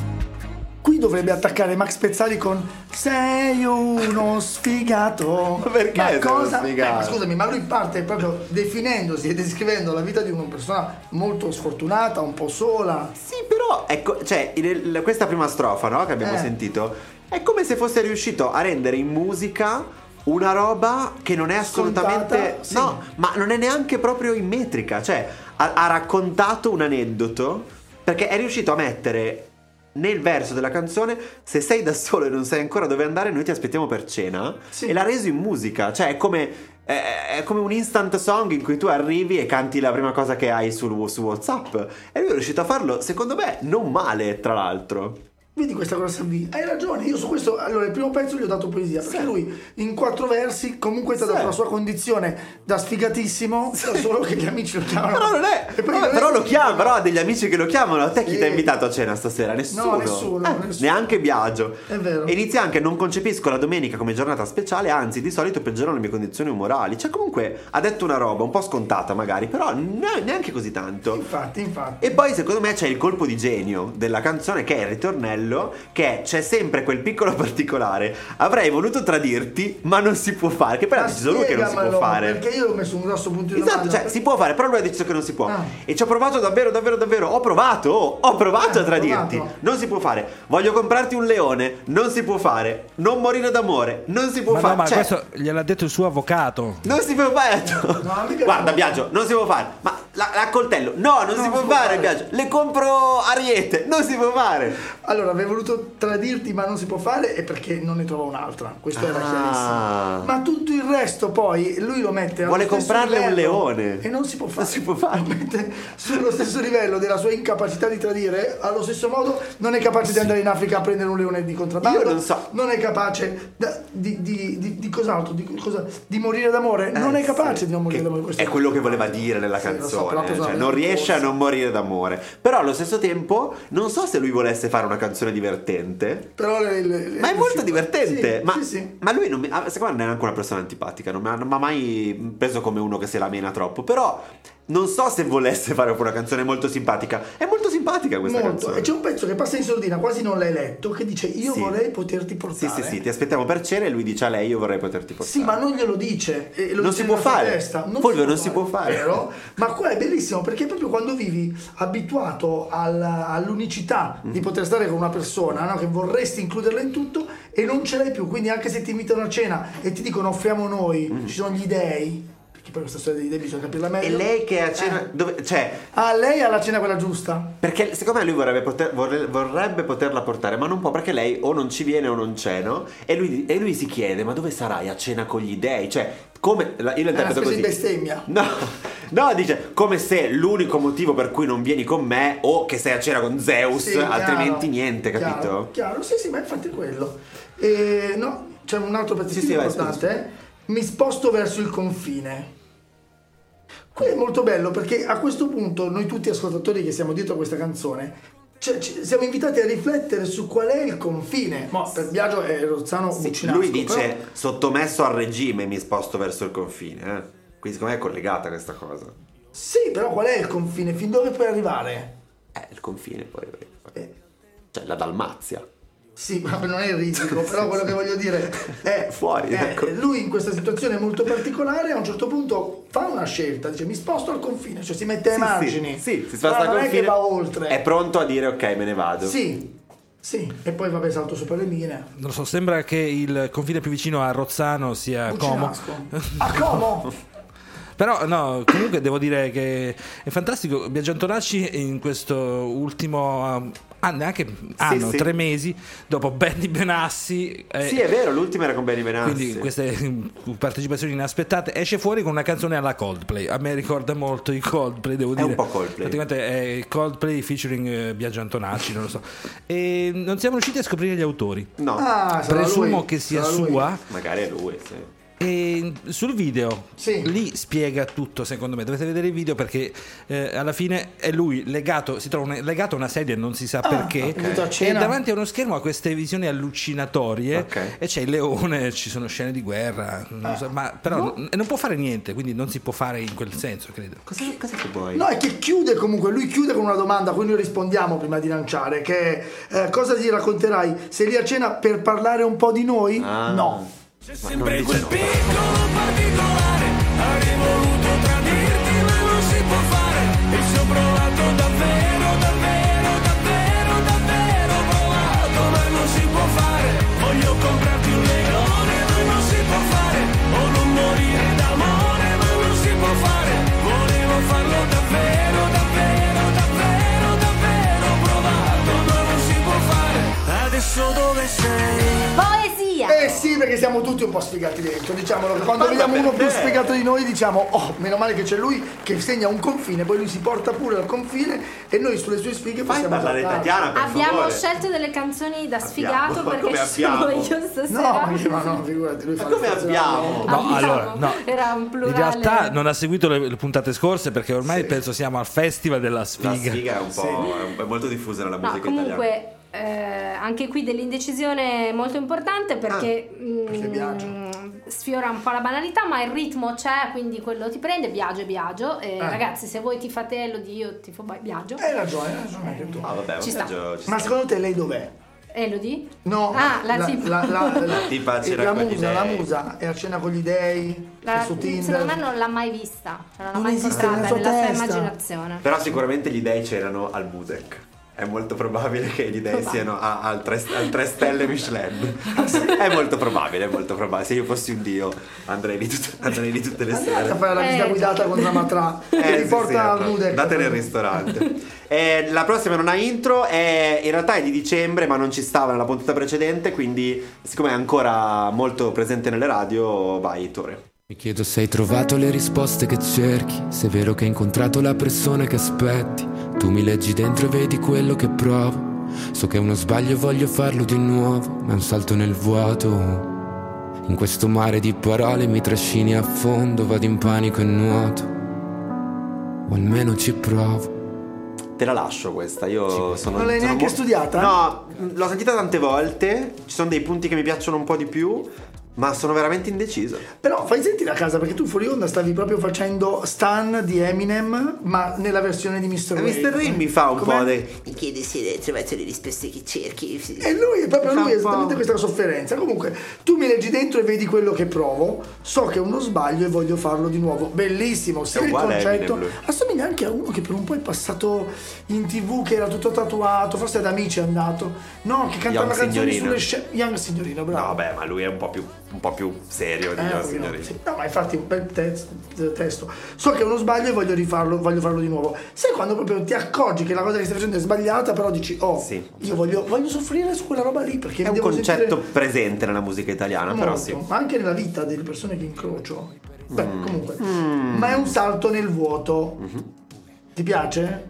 Qui dovrebbe attaccare Max Pezzali con sei uno sfigato. Ma perché sei uno cosa? sfigato? Eh, ma scusami, ma lui parte proprio definendosi e descrivendo la vita di una persona molto sfortunata, un po' sola. Sì, però ecco, cioè, il- questa prima strofa, no, che abbiamo Eh. sentito, è come se fosse riuscito a rendere in musica una roba che non è assolutamente Scontata, sì. no, ma non è neanche proprio in metrica, cioè ha, ha raccontato un aneddoto perché è riuscito a mettere nel verso della canzone se sei da solo e non sai ancora dove andare noi ti aspettiamo per cena, Sì. e l'ha reso in musica, cioè è come è, è come un instant song in cui tu arrivi e canti la prima cosa che hai su, su WhatsApp, e lui è riuscito a farlo secondo me non male, tra l'altro. Vedi questa cosa qui? Hai ragione, io su questo, allora il primo pezzo gli ho dato poesia, perché Sì. lui in quattro versi comunque ti ha dato Sì. la sua condizione da sfigatissimo, da solo che gli amici lo chiamano. Però non è, E poi vabbè, non è però lo così. chiama, però ha degli amici che lo chiamano. A te chi Sì. ti ha invitato a cena stasera? Nessuno. No, nessuno, Eh, nessuno. Neanche Biagio. È vero. E inizia anche: non concepisco la domenica come giornata speciale, anzi di solito peggiorano le mie condizioni umorali. Cioè comunque ha detto una roba un po' scontata magari, però ne- neanche così tanto. Infatti, infatti. E poi secondo me c'è il colpo di genio della canzone, che è il ritornello, che è c'è sempre quel piccolo particolare: avrei voluto tradirti ma non si può fare, che poi ha Ma deciso lui che non si può spiegamelo, fare. Perché io ho messo un grosso punto di Esatto, domanda. cioè si può fare, però lui ha deciso che non si può. Ah. E ci ho provato davvero, davvero, davvero. Ho provato, oh, ho provato Eh, a tradirti. provato. Non si può fare. Voglio comprarti un leone, non si può fare. Non morire d'amore, non si può Ma fare. no, ma Cioè, questo gliel'ha detto il suo avvocato. non si può fare. No, a me piace Guarda, molto. Biagio, non si può fare. Ma la, la coltello, no, non No, si può fare, Biagio. Le compro Ariete, non si può fare. Allora, avrei voluto tradirti ma non si può fare, è perché non ne trova un'altra, questo era Ah. chiarissimo. Ma tutto il resto poi lui lo mette allo Vuole stesso comprarle un livello, leone. e non si può fare, Non si può fare. Lo mette sullo stesso livello della sua incapacità di tradire, allo stesso modo non è capace di andare in Africa a prendere un leone di contrabbando, Io non so. non è capace da- di, di, di, di cos'altro, di, cosa, di morire d'amore, non è Eh, capace sì. di non morire Che d'amore. Questo è quello che voleva dire nella Sì, lo so, canzone, però cosa cioè, aveva non riesce a forse. non morire d'amore. Però allo stesso tempo non so se lui volesse fare una canzone divertente. Però le- le- le- Ma è molto sì, divertente. sì, ma, sì, sì. ma lui non mi, ah, secondo me non è neanche una persona antipatica. Non mi ha, non mi ha mai preso come uno che se la mena troppo. Però non so se volesse fare una canzone molto simpatica. È molto simpatica questa Molto. canzone. E c'è un pezzo che passa in sordina, quasi non l'hai letto, che dice io Sì. vorrei poterti Sì, portare. sì, sì, ti aspettiamo per cena e lui dice a lei io vorrei poterti portare. Sì, ma non glielo dice, e lo Non dice si può nella sua fare. testa. Fulvio, non si può fare. Vero? Ma qua è bellissimo perché proprio quando vivi abituato al- all'unicità Mm. di poter stare con una persona, no? Che vorresti includerla in tutto e non ce l'hai più, quindi anche se ti invitano a cena e ti dicono offriamo noi, ci sono gli dei, perché poi questa storia dei dei bisogna capirla meglio. E lei che è a cena. Eh. Dove, cioè, Ah, lei ha la cena quella giusta? perché secondo me lui vorrebbe, poter- vorre- vorrebbe poterla portare, ma non può perché lei o non ci viene o non c'è, no? E lui, e lui si chiede: ma dove sarai a cena con gli dei? Cioè, come. la- Io lo È una interpreto specie di così. bestemmia. No, no, dice come se l'unico motivo per cui non vieni con me o che sei a cena con Zeus, Sì, chiaro, altrimenti niente, chiaro, capito? Chiaro, sì, sì, ma infatti è quello. E, no, c'è un altro pezzettino Sì, sì, vai, importante. eh. Mi sposto verso il confine. Qui è molto bello perché a questo punto noi tutti ascoltatori che siamo dietro a questa canzone cioè, ci- siamo invitati a riflettere su qual è il confine. Ma per Biagio è Rozzano Sì, Buccinasco, lui dice però- sottomesso al regime mi sposto verso il confine, eh? Quindi secondo me è collegata questa cosa. Sì, però qual è il confine? Fin dove puoi arrivare? Eh, il confine poi. Eh. Cioè la Dalmazia. Sì, ma non è risico, però quello che voglio dire è Fuori, è- ecco. lui in questa situazione molto particolare a un certo punto fa una scelta, dice mi sposto al confine, cioè si mette ai Sì, margini. Sì, sì, si sposta Però al non è confine. che va oltre. È pronto a dire ok, me ne vado. Sì, sì, e poi vabbè salto sopra le mine. Non lo so, sembra che il confine più vicino a Rozzano sia Como. Buccinasco. A Como! Però no, comunque devo dire che è fantastico. Biagio Antonacci in questo ultimo um, anno, anche anno, sì. tre mesi, dopo Benny Benassi. eh, Sì, è vero, l'ultima era con Benny Benassi. Quindi queste mm, partecipazioni inaspettate, esce fuori con una canzone alla Coldplay. A me ricorda molto i Coldplay, devo È dire. un po' Coldplay. Praticamente è Coldplay featuring eh, Biagio Antonacci, non lo so. E non siamo riusciti a scoprire gli autori. No, Ah, sarà Presumo lui, che sia sarà lui. sua. magari è lui, sì. E sul video Sì. lì spiega tutto, secondo me dovete vedere il video perché eh, alla fine è lui legato, si trova un- legato a una sedia non si sa perché, è venuto a e cena. davanti a uno schermo ha queste visioni allucinatorie, Ok. e c'è il leone, ci sono scene di guerra, non so, ma però non, non può fare niente, quindi non si può fare in quel senso, credo. Cosa, cosa che vuoi? No, è che chiude comunque, lui chiude con una domanda a cui noi rispondiamo prima di lanciare, che è eh, cosa ti racconterai? Sei lì a cena per parlare un po' di noi? Ah. No. C'è sempre quel piccolo particolare, avrei voluto tradirti ma non si può fare, e ci ho provato davvero, davvero, davvero, davvero provato, ma non si può fare, voglio comprarti un leone ma non si può fare, o non morire d'amore ma non si può fare, volevo farlo davvero, davvero, davvero, davvero provato, ma non si può fare, adesso dove sei? Poesia! Eh sì, perché siamo tutti un po' sfigati dentro, diciamolo, che quando vediamo uno più sfigato di noi diciamo oh, meno male che c'è lui che segna un confine, poi lui si porta pure al confine e noi sulle sue sfighe Fai possiamo parlare trattarci. Tatiana, per Abbiamo favore. scelto delle canzoni da sfigato Abbiamo, perché come ci sono abbiamo? io stasera. No, ma no, figurati, lui fa Ma come le fazioni abbiamo? molto- No, Abbiamo. allora, no. Era un plurale. In realtà non ha seguito le, le puntate scorse perché ormai Sì. penso siamo al festival della La sfiga. sfiga è un po' è un- è molto diffusa nella No, musica italiana. comunque eh, anche qui dell'indecisione molto importante perché, mm, perché Biagio. sfiora un po' la banalità, ma il ritmo c'è, quindi quello ti prende. Biagio e Biagio. E ragazzi, se voi ti fate Elodie, io tifo Biagio. Hai ragione, hai ragione anche tu. Ah, vabbè, Ci un sta. viaggio- ci Ma sta. secondo te lei dov'è? Elodie? No, Ah, la tipa. la, la, la, tipa c'era la con gli musa, la dei. musa è a cena con gli dei, La- è su Tinder. secondo me non l'ha mai vista, cioè non l'ha Non mai esiste nella incontrata sua nella sua testa. immaginazione. Però sicuramente gli dei c'erano al Musec. è molto probabile che gli dei siano a, al, tre, al tre stelle Michelin. È molto probabile, è molto probabile. Se io fossi un dio andrei lì, tut- andrei lì tutte le Andate sere. a fare la visita Eh, guidata con la matra Eh, e ti sì, porta sì, al ecco. nude. Andate nel ristorante. Eh, la prossima non ha intro, è, in realtà è di dicembre, ma non ci stava nella puntata precedente, quindi siccome è ancora molto presente nelle radio, vai Tore. Mi chiedo se hai trovato le risposte che cerchi, se è vero che hai incontrato la persona che aspetti. Tu mi leggi dentro e vedi quello che provo. So che è uno sbaglio e voglio farlo di nuovo, ma è un salto nel vuoto. In questo mare di parole mi trascini a fondo, vado in panico e nuoto, o almeno ci provo. Te la lascio questa, io sono... Non l'hai sono neanche mo- studiata? No, l'ho sentita tante volte, ci sono dei punti che mi piacciono un po' di più, ma sono veramente indeciso. Però fai sentire a casa, perché tu fuori onda stavi proprio facendo Stan di Eminem, ma nella versione di mister Ray. mister Ray mi fa un Com'è? po' di... Mi chiede se hai trovato le risposte che cerchi. E lui è proprio Mi fa lui, un esattamente po'. questa sofferenza. Comunque, tu mi leggi dentro e vedi quello che provo. So che è uno sbaglio e voglio farlo di nuovo. Bellissimo, sia È il uguale a concetto. Eminem, lui. Assomiglia anche a uno che per un po' è passato in tv, che era tutto tatuato, forse ad Amici è andato. No, che cantava Young canzoni Signorino. sulle scene. Young Signorino, bravo. No, beh, ma lui è un po' più, un po' più serio di Eh, Young proprio no. Signorino. Sì. No, ma infatti un bel testo, testo. So che è uno sbaglio e voglio rifarlo, voglio farlo di nuovo. Sai quando proprio ti accorgi che la cosa che stai facendo è sbagliata, però dici, oh, Sì. io voglio, voglio soffrire su quella roba lì, perché È mi un devo concetto sentire presente nella musica italiana, però molto, sì. ma anche nella vita delle persone che incrocio. Beh, Mm. comunque. Ma è un salto nel vuoto. Mm-hmm. Ti piace?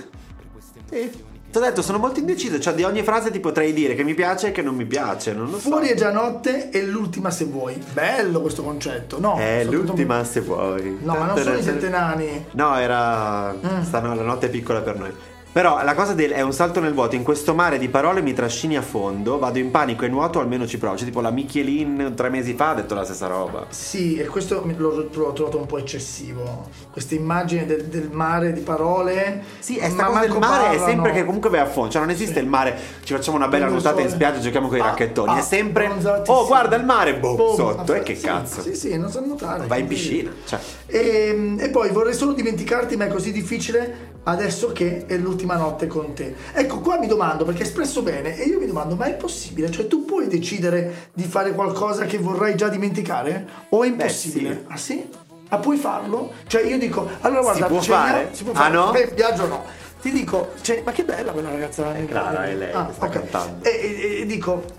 Sì. Ti ho detto, sono molto indeciso, cioè di ogni frase ti potrei dire che mi piace e che non mi piace, non lo so. Fuori è già notte e l'ultima se vuoi. Bello questo concetto, no? È sono tutto- l'ultima se vuoi. No, ma non sono i sette nani. No, era... Stanno, la notte è piccola per noi. Però la cosa del, è un salto nel vuoto. In questo mare di parole mi trascini a fondo, vado in panico e nuoto, almeno ci provo. Cioè tipo la Michelin tre mesi fa ha detto la stessa roba. Sì, e questo mi- l'ho, l'ho trovato un po' eccessivo. Questa immagine del, del mare di parole. Sì, e sta ma cosa del manco mare è parlano. sempre che comunque vai a fondo. Cioè non esiste il mare, ci facciamo una bella Prendo il nuotata in sole. spiaggia e giochiamo con i Ah, racchettoni. ah, È sempre, bronzatissimo. oh guarda il mare, boh, Boom, sotto. E ah, che sì, cazzo. Sì, sì, non so nuotare. Vai in piscina. Cioè. E, e poi vorrei solo dimenticarti, ma è così difficile adesso che è l'ultima notte con te. Ecco, qua mi domando, perché è espresso bene, e io mi domando, ma è possibile? Cioè tu puoi decidere di fare qualcosa che vorrai già dimenticare? O è impossibile? sì. Ah sì? Ah, puoi farlo? Cioè io dico, allora guarda, può ceniamo- fare? si può Ah, fare. no? Beh, viaggio no. Ti dico, cioè, ma che bella quella ragazza. È Clara, è lei che sta cantando. E, e- e dico,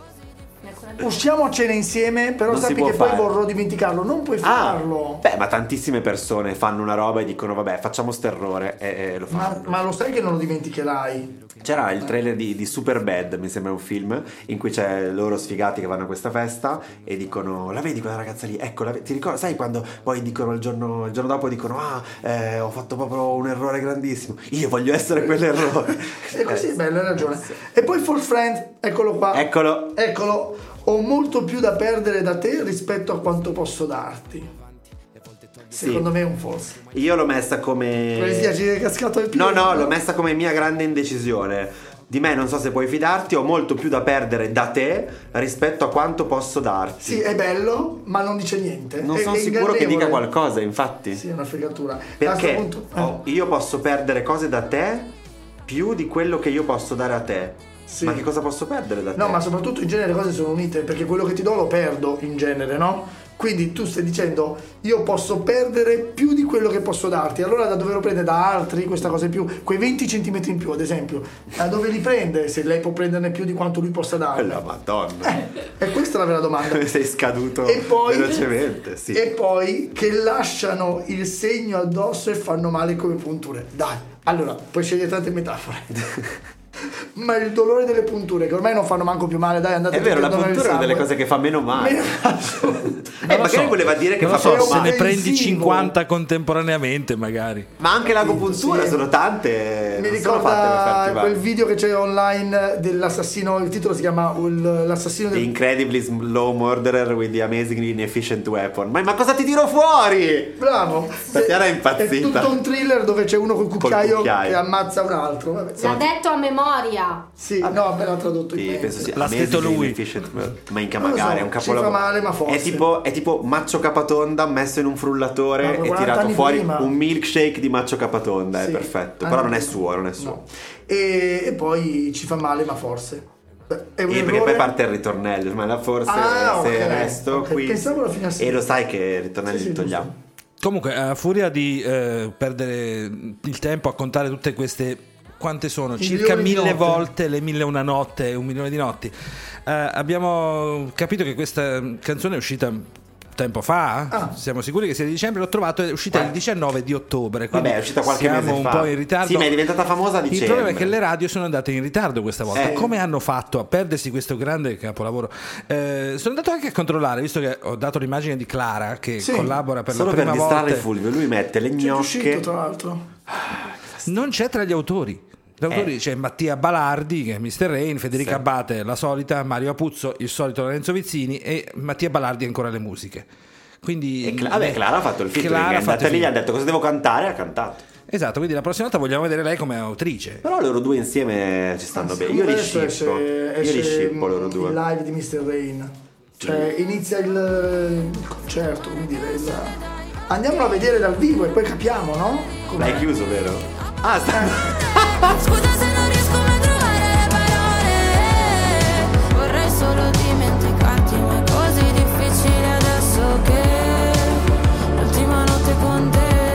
usciamo a cena insieme, però Non si sappi può che poi fare. vorrò dimenticarlo. Non puoi Ah, farlo. beh, ma tantissime persone fanno una roba e dicono vabbè, facciamo sto errore e, e lo Ma, fanno. ma lo sai che non lo dimenticherai? C'era il trailer di, di Superbad, mi sembra un film, in cui c'è loro sfigati che vanno a questa festa e dicono la vedi quella ragazza lì? Ecco, la ve- ti ricordi? Sai quando poi dicono il giorno, il giorno dopo dicono ah, eh, ho fatto proprio un errore grandissimo, io voglio essere quell'errore. E così Eh, è bello, hai ragione. E poi False Friend, eccolo qua. Eccolo. Eccolo. Ho molto più da perdere da te rispetto a quanto posso darti. Secondo me è un false. Io l'ho messa come... Poesia, ci è cascato il piede. No, no, l'ho messa come mia grande indecisione. Di me non so se puoi fidarti, ho molto più da perdere da te rispetto a quanto posso darti. Sì, è bello, ma non dice niente. Non È- sono è sicuro che dica ingannevole. qualcosa, infatti. Sì, è una fregatura. A Perché questo punto- eh. oh, io posso perdere cose da te più di quello che io posso dare a te. Sì. Ma che cosa posso perdere da te? No, ma soprattutto in genere le cose sono unite, perché quello che ti do lo perdo in genere, no? Quindi tu stai dicendo io posso perdere più di quello che posso darti, allora da dove lo prende? Da altri questa cosa in più? Quei venti centimetri in più, ad esempio, da dove li prende? Se lei può prenderne più di quanto lui possa dare? La madonna. E questa è la vera domanda. Sei scaduto E poi, velocemente, sì. e poi che lasciano il segno addosso e fanno male come punture. Dai, allora, puoi scegliere tante metafore. Ma il dolore delle punture, che ormai non fanno manco più male, dai, andate È vero, tutti a la donare il puntura è una delle sangue. cose che fa meno male. Meno- Eh, magari voleva dire che Non lo fa so, meno se ne male. prendi Offensivo. cinquanta contemporaneamente magari. Ma anche l'agopuntura Sì. sono tante. Mi non sono fatte per ricorda farti male. quel video che c'è online dell'assassino, il titolo si chiama il- L'assassino The del... Incredibly Slow Murderer with the Amazingly Inefficient Weapon. Ma, ma cosa ti tiro fuori? Bravo! Tatiana è È impazzita. tutto un thriller dove c'è uno col cucchiaio, cucchiaio. che ammazza un altro. Vabbè. L'ha detto a memoria. Furia. Sì, no, me l'ha tradotto in Sì, mente. penso sia L'ha Amazing scritto lui. Inefficient, ma in Non lo so, magari è un ci capolavoro. fa male, ma forse. È tipo, è tipo Maccio Capatonda messo in un frullatore Ma e quaranta tirato anni fuori prima. un milkshake di Maccio Capatonda. Sì, È perfetto. anni Però non è prima. suo, non è suo. No. E, e poi ci fa male, ma forse. Beh, è un E perché errore. poi parte il ritornello, ma la forse Ah, se ok, resto ok. qui. Pensavo alla fine a sì. E lo sai che i ritornelli Sì, sì, li togliamo. Comunque, a furia di eh, perdere il tempo a contare tutte queste, quante sono? Il Circa milione di mille notte. volte le mille e una notte, un milione di notti. Eh, abbiamo capito che questa canzone è uscita tempo fa. Ah. Siamo sicuri che sia di dicembre. L'ho trovato, è uscita Beh. il diciannove di ottobre. quindi Vabbè, è uscita qualche siamo mese un fa. po' in ritardo. Sì, ma è diventata famosa a Il dicembre. problema è che le radio sono andate in ritardo questa volta. Eh. Come hanno fatto a perdersi questo grande capolavoro? Eh, sono andato anche a controllare, visto che ho dato l'immagine di Clara che Sì. collabora per Solo la per prima distrarre volta. Fulvio, lui mette le C'è gnocche. uscito, tra l'altro. Non c'è tra gli autori. Gli autori Eh. c'è Mattia Balardi, che è mister Rain, Federica Sì. Abate, la solita, Mario Apuzzo, il solito Lorenzo Vizzini e Mattia Balardi ancora le musiche. Quindi E Cla- vabbè, Clara ha fatto il featuring, Clara è ha fatto andata il lì, gli ha featuring. detto cosa devo cantare, ha cantato. Esatto, quindi la prossima volta vogliamo vedere lei come autrice. Però loro due insieme ci stanno bene. Io li Adesso shippo. esce- Io li esce shippo loro il due. live di mister Rain. Cioè inizia il, il concerto, come dire, il... andiamolo a vedere dal vivo e poi capiamo, no? Com'è. L'hai chiuso, vero? Ah, sta... Scusa se non riesco mai a trovare le parole. Vorrei solo dimenticarti, ma è così difficile adesso che l'ultima notte con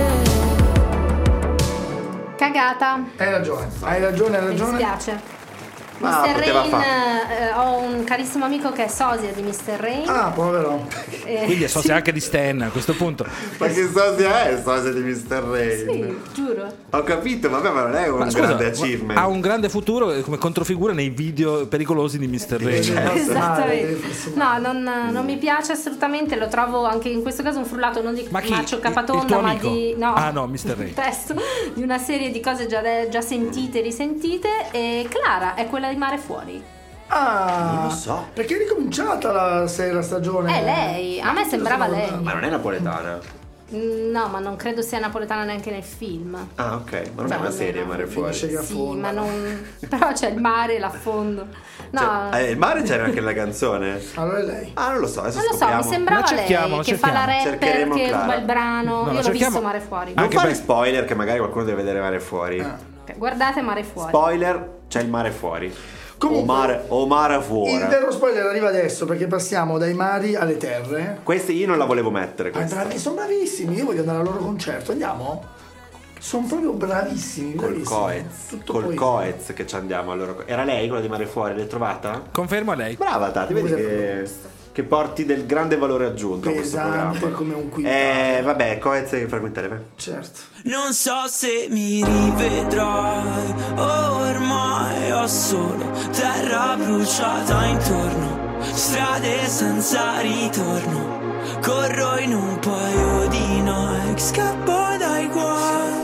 te. Cagata. Hai ragione, hai ragione, hai Mi ragione. dispiace. Ma mister poteva Rain, fare. eh, ho un carissimo amico che è sosia di mister Rain. Ah, povero. Eh, Quindi è sosia anche di Stan a questo punto. Ma che sosia è il sosia di mister Rain? Sì, giuro. Ho capito, vabbè, ma non è un Ma scusa, grande achievement. ha un grande futuro come controfigura nei video pericolosi di mister Rain. Certo. Esattamente. male, No, non, non mi piace assolutamente, lo trovo anche in questo caso un frullato non di Ma chi? Maccio Il- Capatonda, il tuo ma amico? di no, Ah, no, mister Rain. un testo di una serie di cose già, già sentite e risentite. E Clara è quella di Mare Fuori. Ah, Non lo so. perché è ricominciata la, se- la stagione. È lei, a me sembrava lei. Ma non è napoletana. Mm, No, ma non credo sia napoletana neanche nel film. Ah, ok, ma non è No, una no, serie no, Mare Fuori. Finisce che Sì, affonda. ma non. Però c'è il mare, l'affondo. No, Cioè, eh, il mare c'era anche nella canzone. Allora è lei. Ah, non lo so, adesso non lo so, scopriamo. mi sembrava La cerchiamo, lei la che fa la cerchiamo. rapper Cercheremo che Clara. ruba il brano. No, la Io l'ho cerchiamo. visto Mare Fuori. Non Anche fare per- spoiler, che magari qualcuno deve vedere Mare Fuori. Ok, guardate Mare Fuori. Spoiler, c'è il mare fuori. Comunque, o mare, o mare Il fuori. vero spoiler arriva adesso perché passiamo dai mari alle terre. Questi io non la volevo mettere. Ah, Questa. bravi, sono bravissimi, io voglio andare al loro concerto, andiamo? Sono proprio bravissimi, Col bravissimi. Coez. Tutto Col poi- Coez che ci andiamo allora. Era lei quella di Mare Fuori? L'hai trovata? Confermo a lei. Brava Tati, vedi che, che porti del grande valore aggiunto a questo Pesante programma. come un quintale. Eh, vabbè, Coez che frequentare, vai. Certo. Non so se mi rivedrai, ormai ho solo terra bruciata intorno, strade senza ritorno, corro in un paio di Nike, scappo dai guai,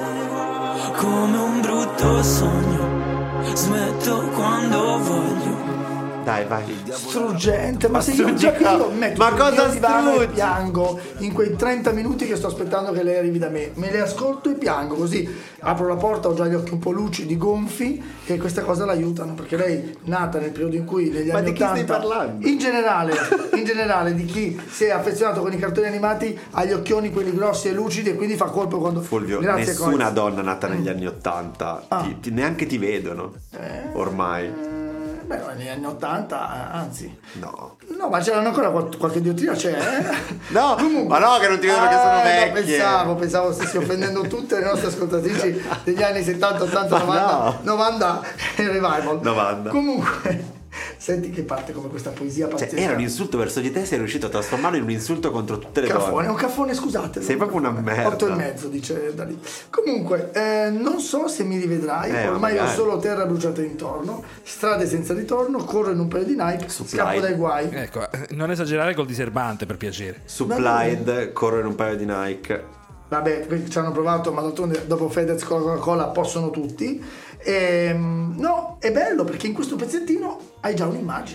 come un brutto sogno, smetto quando voglio. Dai, vai. Struggente, ma Ma se io già struggi- io metto ma sul cosa mio divano e struggi? piango in quei trenta minuti che sto aspettando che lei arrivi da me, me le ascolto e piango, così apro la porta, ho già gli occhi un po' lucidi, gonfi, e queste cose l'aiutano perché lei, nata nel periodo in cui negli Ma anni di chi stai ottanta, parlando? in generale, in generale di chi si è affezionato con i cartoni animati ha gli occhioni quelli grossi e lucidi e quindi fa colpo quando Fulvio, Grazie, nessuna Coez. donna nata negli anni ottanta Ah. ti- ti- neanche ti vedono. Ormai. Beh, no, negli anni ottanta, anzi. No. No, ma c'erano ancora qual- qualche diotria, c'è, eh? No, Comunque- ma no, che non ti vedo perché sono Ah, no, vecchie. pensavo, pensavo stessi offendendo tutte le nostre ascoltatrici degli anni settanta, ottanta, Ma novanta, no. novanta e revival. novanta. Comunque, senti che parte come questa poesia Cioè, pazzesca. era un insulto verso di te, sei riuscito a trasformarlo in un insulto contro tutte le Caffone, è donne. un caffone, scusate. Sei proprio una merda. Otto e mezzo, dice da lì. Comunque, eh, non so se mi rivedrai, Eh, ormai ho magari. solo terra bruciata intorno, strade senza ritorno, corro in un paio di Nike, scappo dai guai. Ecco, eh, non esagerare col diserbante per piacere. Supplied, corro in un paio di Nike. Vabbè, qui ci hanno provato, ma d'altronde dopo Fedez con la Coca-Cola possono tutti. Ehm, no, è bello perché in questo pezzettino hai già un'immagine.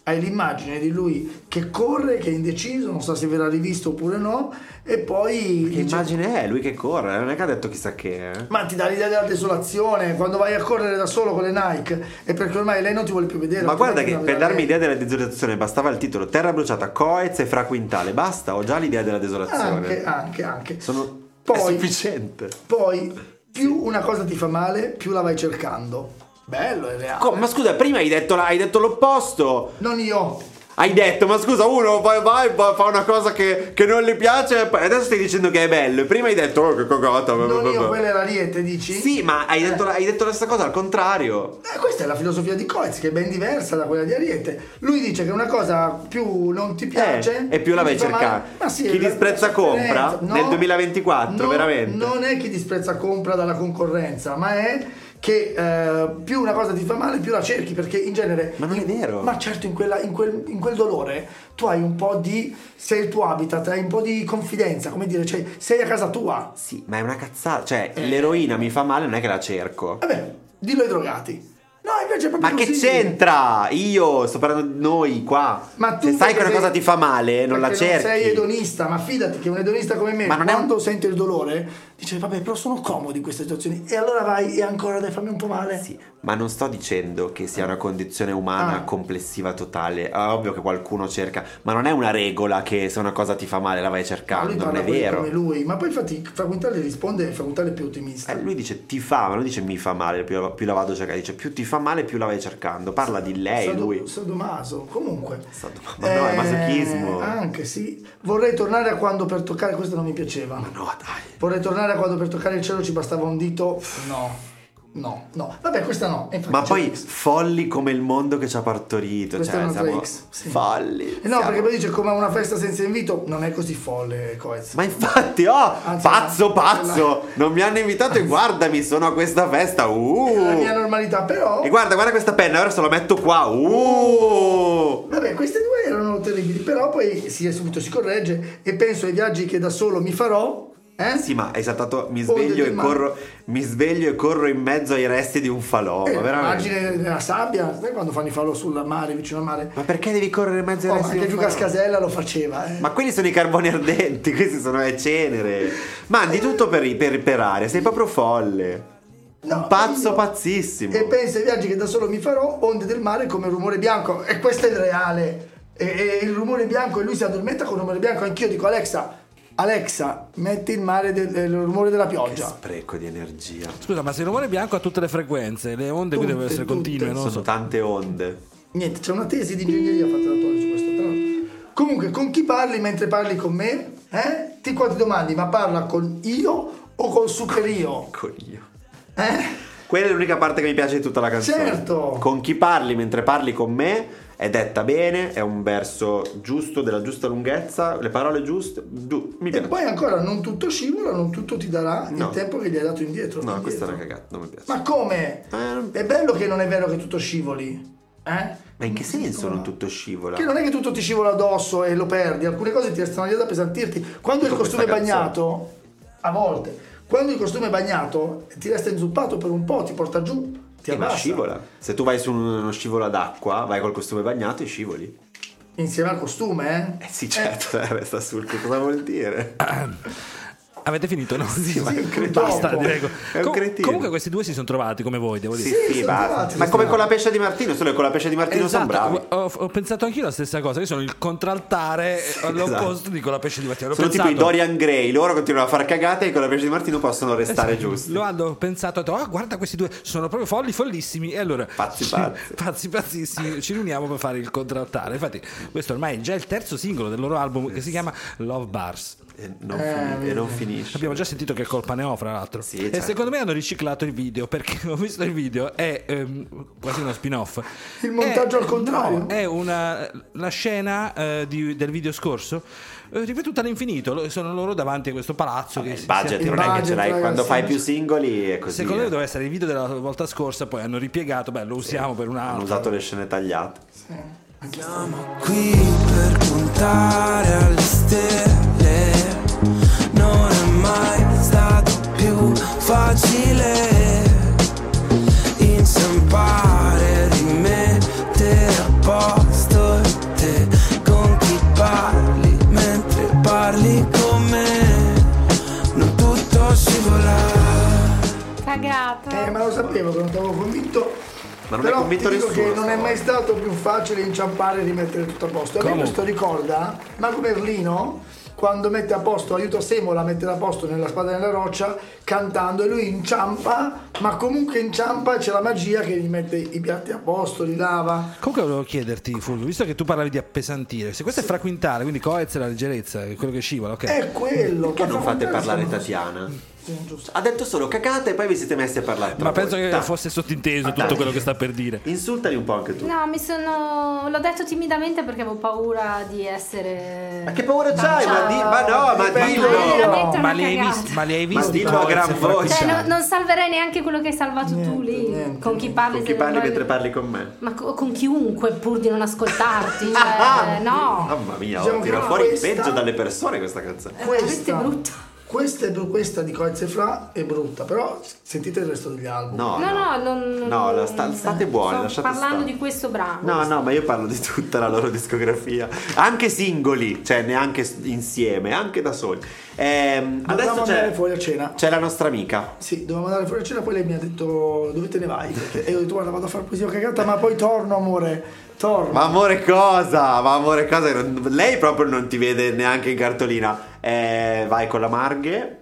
hai l'immagine di lui che corre, che è indeciso, non so se verrà rivisto oppure no, e poi Che dice, immagine è? Lui che corre, non è che ha detto chissà che. Eh? ma ti dà l'idea della desolazione quando vai a correre da solo con le Nike, e perché ormai lei non ti vuole più vedere. Ma guarda lei che non per la darmi vede. idea della desolazione bastava il titolo Terra bruciata, Coez e Fra Quintale. Basta, ho già l'idea della desolazione. Anche, anche, anche. Sono Poi- è sufficiente. Poi più una cosa ti fa male, più la vai cercando. Bello, è reale. Co- ma scusa, prima hai detto, hai detto l'opposto. Non io. Hai detto, ma scusa, uno vai, vai, va- fa una cosa che, che non gli piace, e poi adesso stai dicendo che è bello. E prima hai detto, oh, che cagata. Non io, quella è l'Ariete, dici? Sì, ma hai detto, hai detto la stessa cosa al contrario. Eh, questa è la filosofia di Coez, che è ben diversa da quella di Ariete. Lui dice che una cosa più non ti piace Eh, e più la vai ti fa male. cercare. Ma sì, Chi la- disprezza la compra sofferenza. nel duemilaventiquattro, no, veramente. Non è chi disprezza compra dalla concorrenza, ma è che eh, più una cosa ti fa male, più la cerchi, perché in genere. Ma non è vero. Ma certo, in, quella, in, quel, in quel dolore tu hai un po' di. Sei il tuo habitat, hai un po' di confidenza, come dire, cioè sei a casa tua. Sì, ma è una cazzata. Cioè, l'eroina mi fa male, non è che la cerco. Vabbè, dillo ai drogati. No, invece è proprio Ma che così. c'entra? Io sto parlando di noi qua. Ma tu Se sai che perché una cosa sei- ti fa male, non la perché cerchi. sei edonista, ma fidati che un edonista come me, Ma non è quando sente il dolore, dice vabbè, però sono comodi in queste situazioni, e allora vai e ancora dai fammi un po' male. Sì, ma non sto dicendo che sia una condizione umana Ah. complessiva totale. È ovvio che qualcuno cerca, ma non è una regola che se una cosa ti fa male la vai Ma cercando, lui non parla è poi vero. come lui, ma poi infatti Fra Quintale risponde e Fra Quintale è più ottimista. Eh, lui dice ti fa, ma non dice mi fa male, più, più la vado a cercare, dice più ti fa male più la vai cercando. Parla di lei, Sado- lui. Sadomaso, comunque. Ma no, è Eh, masochismo. Anche sì. Vorrei tornare a quando per toccare, questo non mi piaceva. Ma no, dai. Vorrei tornare a quando per toccare il cielo ci bastava un dito. No. No, no. Vabbè, questa no. E infatti Ma c'è poi questa. folli come il mondo che ci ha partorito. Questa è Cioè, un'altra siamo X, sì. folli. Eh no, siamo- perché poi dice come a una festa senza invito, non è così folle, Coez. Ma infatti, oh, Anzi, pazzo, la- pazzo, non mi hanno invitato e guardami, sono a questa festa, È la uh. mia normalità, però. E guarda, guarda questa penna, ora se la metto qua, uh. Vabbè, queste due erano terribili, però poi si, subito si corregge e penso ai viaggi che da solo mi farò. Eh? Sì, ma hai saltato, mi Onde sveglio del e mare. corro, mi sveglio e corro in mezzo ai resti di un falò, Eh, ma veramente. immagine nella sabbia, sai quando fanno i falò sul mare, vicino al mare? Ma perché devi correre in mezzo ai Oh, resti anche di un Giuca falò? Scasella lo faceva, eh. Ma quelli sono i carboni ardenti, questi sono le cenere. Mandi tutto per, per, per aria, sei proprio folle. No, Un pazzo io- pazzissimo. E penso ai viaggi che da solo mi farò, onde del mare come rumore bianco. E questo è il reale. E, e il rumore bianco, e lui si addormenta con il rumore bianco. Anch'io dico Alexa, Alexa, metti il mare del, il rumore della Che pioggia. spreco di energia. Scusa, ma se il rumore bianco ha tutte le frequenze, le onde quindi devono Tutte, essere tutte. continue, non lo Sono so. tante onde. Niente, c'è una tesi di ingegneria fatta da Tony su questo. Tra l'altro. Comunque, con chi parli mentre parli con me? Eh? Ti qua ti domandi, ma parla con io o col super io? Con io. Eh? Quella è l'unica parte che mi piace di tutta la canzone. Certo. Con chi parli mentre parli con me è detta bene, è un verso giusto, della giusta lunghezza, le parole giuste. Du- mi E piace. poi ancora, non tutto scivola, non tutto ti darà No. il tempo che gli hai dato indietro. No, indietro. questa è una cagata, non mi piace. Ma come? Eh, È bello che non è vero che tutto scivoli. Eh? Ma in che senso Come non no? tutto scivola? Che non è che tutto ti scivola addosso e lo perdi, alcune cose ti restano lì ad appesantirti. Quando il Tipo costume è questa canzone. bagnato, a volte, quando il costume è bagnato, ti resta inzuppato per un po', ti porta giù, ti Sì, ma abbassa. scivola. Se tu vai su uno scivolo d'acqua, vai col costume bagnato e scivoli. Insieme al costume, eh? Eh sì, certo, eh, resta sul. Che cosa vuol dire? Avete finito? No? Sì, ma è un cretino. basta, direi. È un cretino. Comunque questi due si sono trovati come voi, devo Sì, dire. sì, sono basta. trovati, Ma sono come con la trovati. pesce di Martino, solo che con la pesce di Martino sono bravi. Esatto, ho, ho pensato anch'io la stessa cosa. Io sono il contraltare all'opposto esatto. di con la pesce di Martino. L'ho Sono tipo pensato, i Dorian Gray, loro continuano a far cagate e con la pesce di Martino possono restare giusti. Lo hanno pensato, ho detto, ah, guarda questi due sono proprio folli, follissimi. E allora, Pazzi, ci- pazzi. pazzi, pazzissimi, ci riuniamo per fare il contraltare. Infatti, questo ormai è già il terzo singolo del loro album che si chiama Love Bars. E non, Eh, fini- e non finisce. Abbiamo già sentito che colpa ne ho, fra l'altro. Sì, e certo. secondo me hanno riciclato il video, perché ho visto il video, è ehm, quasi uno spin-off. Il montaggio È- al contrario? no, è una, la scena eh, di- del video scorso eh, ripetuta all'infinito. Lo- Sono loro davanti a questo palazzo. Che Il si- budget si- non è che budget, ce l'hai, ragazzi, quando fai non più c'è- singoli è così. Secondo me eh. doveva essere il video della volta scorsa, poi hanno ripiegato, beh, lo usiamo per un altro. Hanno usato le scene tagliate. Siamo qui per puntare alle stelle. Non è mai stato più facile inciampare, rimettere a posto cagata. Eh, ma lo sapevo che non ti avevo convinto. Ma non Però è convinto ti dico nessuno. che non è mai stato più facile inciampare e rimettere tutto a posto. A me questo ricorda Mago Merlino quando mette a posto, aiuta Semola a mettere a posto nella spada nella roccia cantando, e lui inciampa, ma comunque inciampa e c'è la magia che gli mette i piatti a posto, li lava. Comunque volevo chiederti, Fulvio, visto che tu parlavi di appesantire, se questo è fraquintale, quindi Coez è la leggerezza, è quello che scivola, ok? È quello. Che non fate parlare Tatiana? Ha detto solo cacata e poi vi siete messi a parlare tra Ma penso voi. che Dai. fosse sottinteso Ah, tutto dai. quello che sta per dire. Insultali un po' anche tu. No, mi sono. L'ho detto timidamente perché avevo paura di essere. Ma che paura c'hai? Ma, di... ma no, ma Ma dillo! veramente Ma una li hai cagata. visti? Ma li hai Ma visti? dillo a gran voce. Cioè, no- non salverei neanche quello che hai salvato tu lì. Con chi parli, Con se chi parli non- mentre parli con me? Ma co- con chiunque pur di non ascoltarti. Cioè, no. Mamma mia, Diciamo oh, tira che fuori il questa- peggio dalle persone questa canzone. È veramente brutta. Questa, è, bru- questa di Coez e Fra è brutta, però sentite il resto degli album. No, No, no, non. No, la sta- state buoni, Sto lasciate parlando stare. di questo brano. No, no, ma io parlo di tutta la loro discografia, anche singoli, cioè neanche s- insieme, anche da soli. Ehm, adesso Dovevamo andare c'è, fuori a cena. c'è la nostra amica. Sì, dovevamo andare fuori a cena, poi lei mi ha detto dove te ne vai? Perché- e io ho detto guarda vado a fare poesia cagata, ma poi torno amore, torno. Ma amore cosa? Ma amore cosa? Non- Lei proprio non ti vede neanche in cartolina. Eh, vai con la Marghe.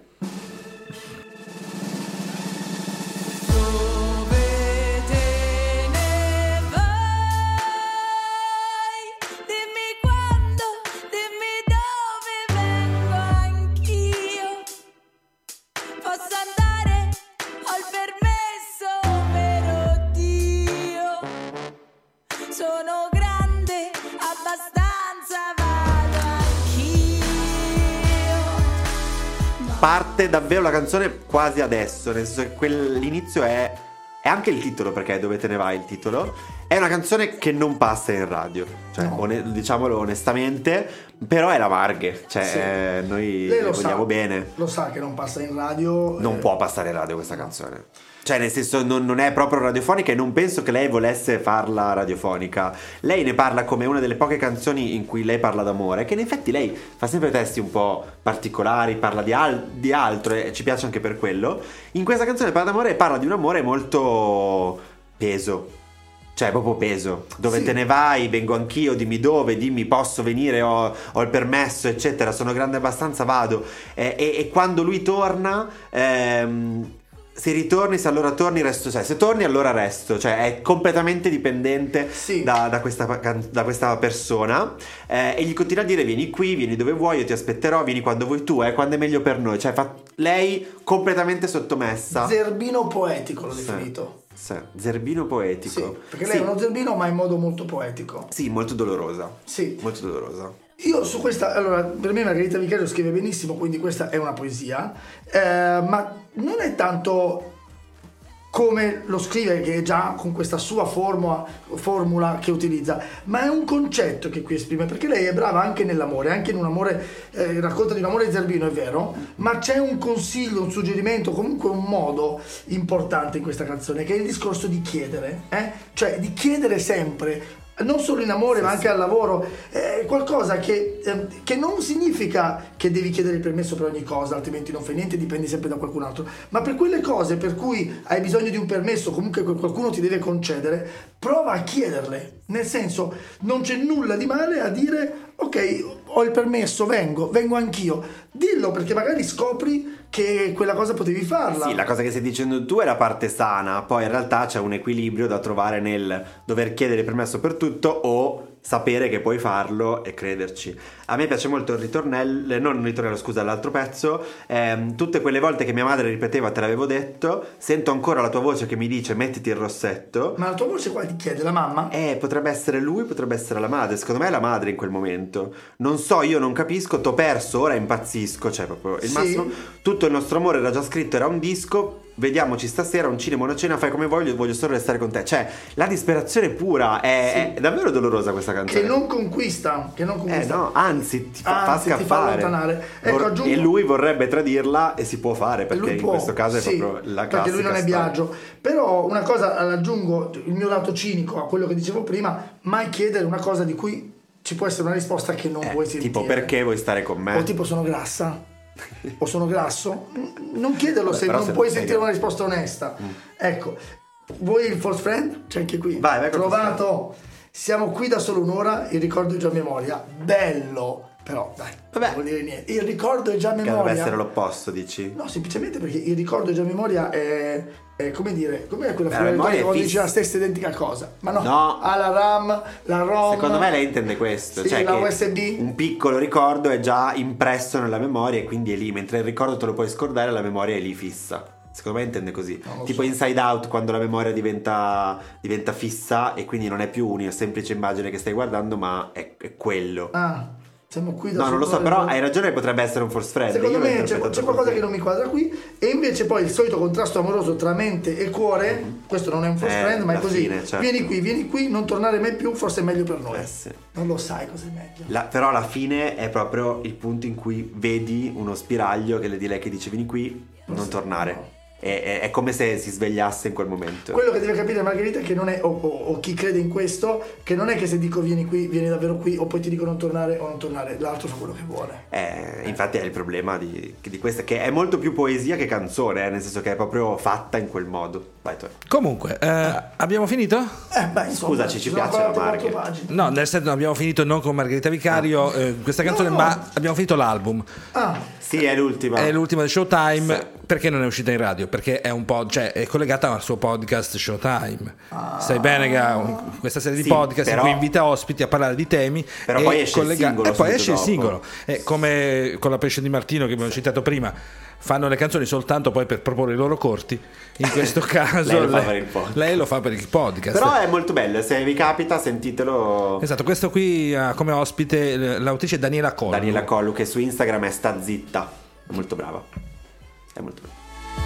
Dimmi quando, dimmi dove vengo anch'io. Posso andare, ho il permesso, vero Dio. Sono grande, abbastanza vado anch'io. Parte davvero la canzone quasi adesso, nel senso che quell'inizio è, è anche il titolo, perché è Dove te ne vai il titolo. È una canzone che non passa in radio, cioè one- diciamolo onestamente, però è la Marghe, cioè Sì. eh, noi Lei le lo vogliamo sa, bene. lo sa che non passa in radio. Non eh, può passare in radio questa canzone. Cioè, nel senso, non, non è proprio radiofonica e non penso che lei volesse farla radiofonica. Lei ne parla come una delle poche canzoni in cui lei parla d'amore, che in effetti lei fa sempre testi un po' particolari, parla di, al- di altro e ci piace anche per quello. In questa canzone parla d'amore e parla di un amore molto peso. Cioè, proprio peso. Dove Sì. te ne vai? Vengo anch'io, dimmi dove, dimmi posso venire, ho, ho il permesso, eccetera. Sono grande abbastanza, vado. E, e- e quando lui torna, ehm, se ritorni, se allora torni, resto. Cioè, se torni, allora resto. Cioè, è completamente dipendente Sì. da, da questa, da questa persona. Eh, e gli continua a dire: vieni qui, vieni dove vuoi, io ti aspetterò, vieni quando vuoi tu, eh, quando è meglio per noi. Cioè, fa lei completamente sottomessa. Zerbino poetico l'ho Sì. definito. Sì, zerbino poetico. Sì, perché lei Sì. è uno zerbino ma in modo molto poetico. Sì, molto dolorosa. Sì. Molto dolorosa. Io su questa, allora, per me Margherita Vicario scrive benissimo, quindi questa è una poesia, eh, ma non è tanto come lo scrive, che è già con questa sua formula, formula che utilizza, ma è un concetto che qui esprime, perché lei è brava anche nell'amore, anche in un amore, eh, racconta di un amore zerbino, è vero, ma c'è un consiglio, un suggerimento, comunque un modo importante in questa canzone, che è il discorso di chiedere, eh? Cioè di chiedere sempre, non solo in amore ma anche al lavoro, è qualcosa che, eh, che non significa che devi chiedere il permesso per ogni cosa, altrimenti non fai niente, dipendi sempre da qualcun altro, ma per quelle cose per cui hai bisogno di un permesso, comunque che qualcuno ti deve concedere, prova a chiederle, nel senso non c'è nulla di male a dire ok, ho il permesso, vengo, vengo anch'io, dillo, perché magari scopri che quella cosa potevi farla. Sì, la cosa che stai dicendo tu è la parte sana, poi in realtà c'è un equilibrio da trovare nel dover chiedere permesso per tutto o sapere che puoi farlo e crederci. A me piace molto il ritornello, non il ritornello, scusa, l'altro pezzo, ehm, tutte quelle volte che mia madre ripeteva te l'avevo detto, sento ancora la tua voce che mi dice mettiti il rossetto. Ma la tua voce qua ti chiede la mamma? Eh, potrebbe essere lui, potrebbe essere la madre, secondo me è la madre in quel momento. Non so, io non capisco, t'ho perso, ora impazzisco, cioè proprio il Sì. massimo. Tutto il nostro amore era già scritto, era un disco. Vediamoci stasera, un cinema, una cena, fai come voglio, voglio solo restare con te. Cioè, la disperazione pura è, Sì. è davvero dolorosa questa canzone. Che non conquista, che non Eh conquista. no, anzi ti fa, Anzi, fa ti fa scappare. allontanare. Ecco, Vor- aggiungo- E lui vorrebbe tradirla e si può fare, perché Lui in può, questo caso è sì, proprio la classica perché lui non è storia. Biagio. Però una cosa, aggiungo il mio lato cinico a quello che dicevo prima, mai chiedere una cosa di cui ci può essere una risposta che non vuoi sentire. Tipo, perché vuoi stare con me? O tipo sono grassa. o sono grasso? Non chiederlo. Beh, se non se puoi sentire una risposta onesta. Mm. Ecco, vuoi il false friend? C'è anche qui. Vai, vai. Trovato. Siamo qui da solo un'ora, il ricordo è già a memoria. Bello. Però dai, vabbè, non vuol dire niente. Il ricordo è già a memoria. Deve essere l'opposto, dici? No, semplicemente perché il ricordo è già a memoria è, è come dire, com'è quella frase quando dice la stessa identica cosa? Ma no, no, ha la RAM, la ROM. Secondo me lei intende questo, sì, cioè la che U S B. Un piccolo ricordo è già impresso nella memoria e quindi è lì, mentre il ricordo te lo puoi scordare, la memoria è lì fissa. Secondo me intende così, tipo so. Inside Out, quando la memoria diventa, diventa fissa e quindi non è più una semplice immagine che stai guardando, ma è, è quello. Ah. Siamo qui da No, non lo so, però hai ragione, potrebbe essere un false friend. Secondo Io me c'è, c'è qualcosa che non mi quadra qui. E invece poi il solito contrasto amoroso tra mente e cuore. Mm-hmm. Questo non è un false eh, friend, ma è così. Fine, certo. Vieni qui, vieni qui, non tornare mai più, forse è meglio per noi. Eh sì. Non lo sai cosa è meglio. La, però alla fine è proprio il punto in cui vedi uno spiraglio che le di lei che dice vieni qui, non, non tornare. No. È, è come se si svegliasse in quel momento. Quello che deve capire Margherita è che non è, o, o, o chi crede in questo, che non è che se dico vieni qui, vieni davvero qui, o poi ti dico non tornare o non tornare, l'altro fa quello che vuole. Eh, infatti è il problema di, di questa, che è molto più poesia che canzone, eh, nel senso che è proprio fatta in quel modo. Vai, tu. Comunque, eh, abbiamo finito? Eh, beh, insomma, Scusaci, ci piace la Margherita. No, nel senso abbiamo finito non con Margherita Vicario, ah. eh, questa canzone, no, no. ma abbiamo finito l'album. Ah. Sì, è l'ultima. È l'ultima di Showtime. Sì. Perché non è uscita in radio? Perché è un po', cioè è collegata al suo podcast Showtime. Ah. Sai bene che ha un, questa serie di sì, podcast però, in cui invita ospiti a parlare di temi. Però e poi esce collega- il singolo. E poi esce dopo. il singolo. È come con la Pesce di Martino che abbiamo sì. citato prima. Fanno le canzoni soltanto poi per proporre i loro corti. In questo caso lei, lo lei, fa per il podcast. lei lo fa per il podcast. Però è molto bello, se vi capita sentitelo. Esatto, questo qui ha come ospite l'autrice Daniela Collu. Daniela Collu, che su Instagram è sta zitta. È molto brava. È molto brava.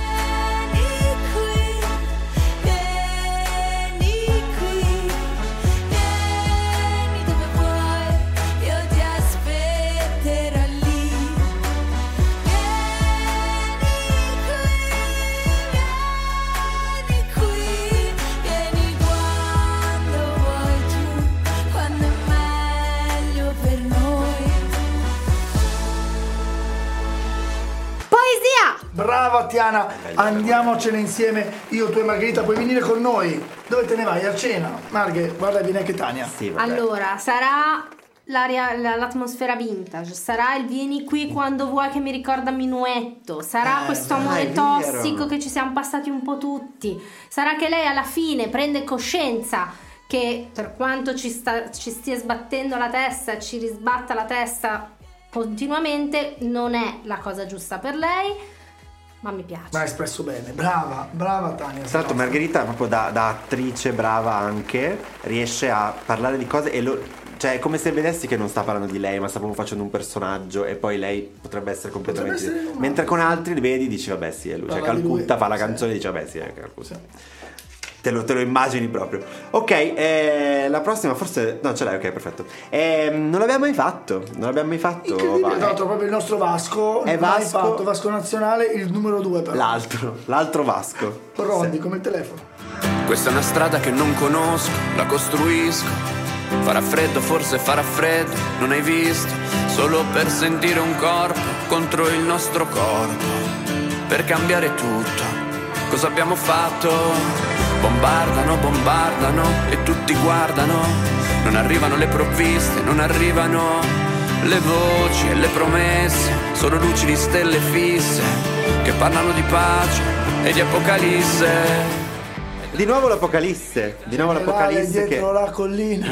Brava Tiana, andiamocene insieme, io, tu e Margherita, puoi venire con noi. Dove te ne vai? A cena? Marghe, guarda, viene anche Tania. Sì, allora, sarà l'aria, l'atmosfera vintage, sarà il vieni qui quando vuoi che mi ricorda Minuetto, sarà eh, questo amore tossico che ci siamo passati un po' tutti, sarà che lei alla fine prende coscienza che per quanto ci, sta, ci stia sbattendo la testa, ci risbatta la testa continuamente, non è la cosa giusta per lei. Ma mi piace. Ma hai espresso bene, brava, brava Tania. Tra l'altro Margherita proprio da, da attrice brava anche, riesce a parlare di cose e lo, cioè è come se vedessi che non sta parlando di lei, ma sta proprio facendo un personaggio e poi lei potrebbe essere completamente potrebbe essere mentre con altri vedi dici vabbè sì è lui, cioè Calcutta fa la canzone e dice vabbè sì è Calcutta. Sì. Te lo, te lo immagini proprio. Ok, eh, la prossima forse no, ce l'hai, ok, perfetto. Eh, non l'abbiamo mai fatto. Non l'abbiamo mai fatto. Incredibile, tra l'altro proprio il nostro Vasco. È Vasco. Mai fatto, Vasco Nazionale, il numero due però. L'altro, l'altro Vasco. Rondi, sì. Come il telefono. Questa è una strada che non conosco, la costruisco. Farà freddo, forse farà freddo, non hai visto. Solo per sentire un corpo contro il nostro corpo. Per cambiare tutto, cosa abbiamo fatto? Bombardano, bombardano e tutti guardano. Non arrivano le provviste, non arrivano le voci e le promesse. Solo luci di stelle fisse che parlano di pace e di apocalisse. Di nuovo l'apocalisse. Di nuovo l'apocalisse dietro che... la collina.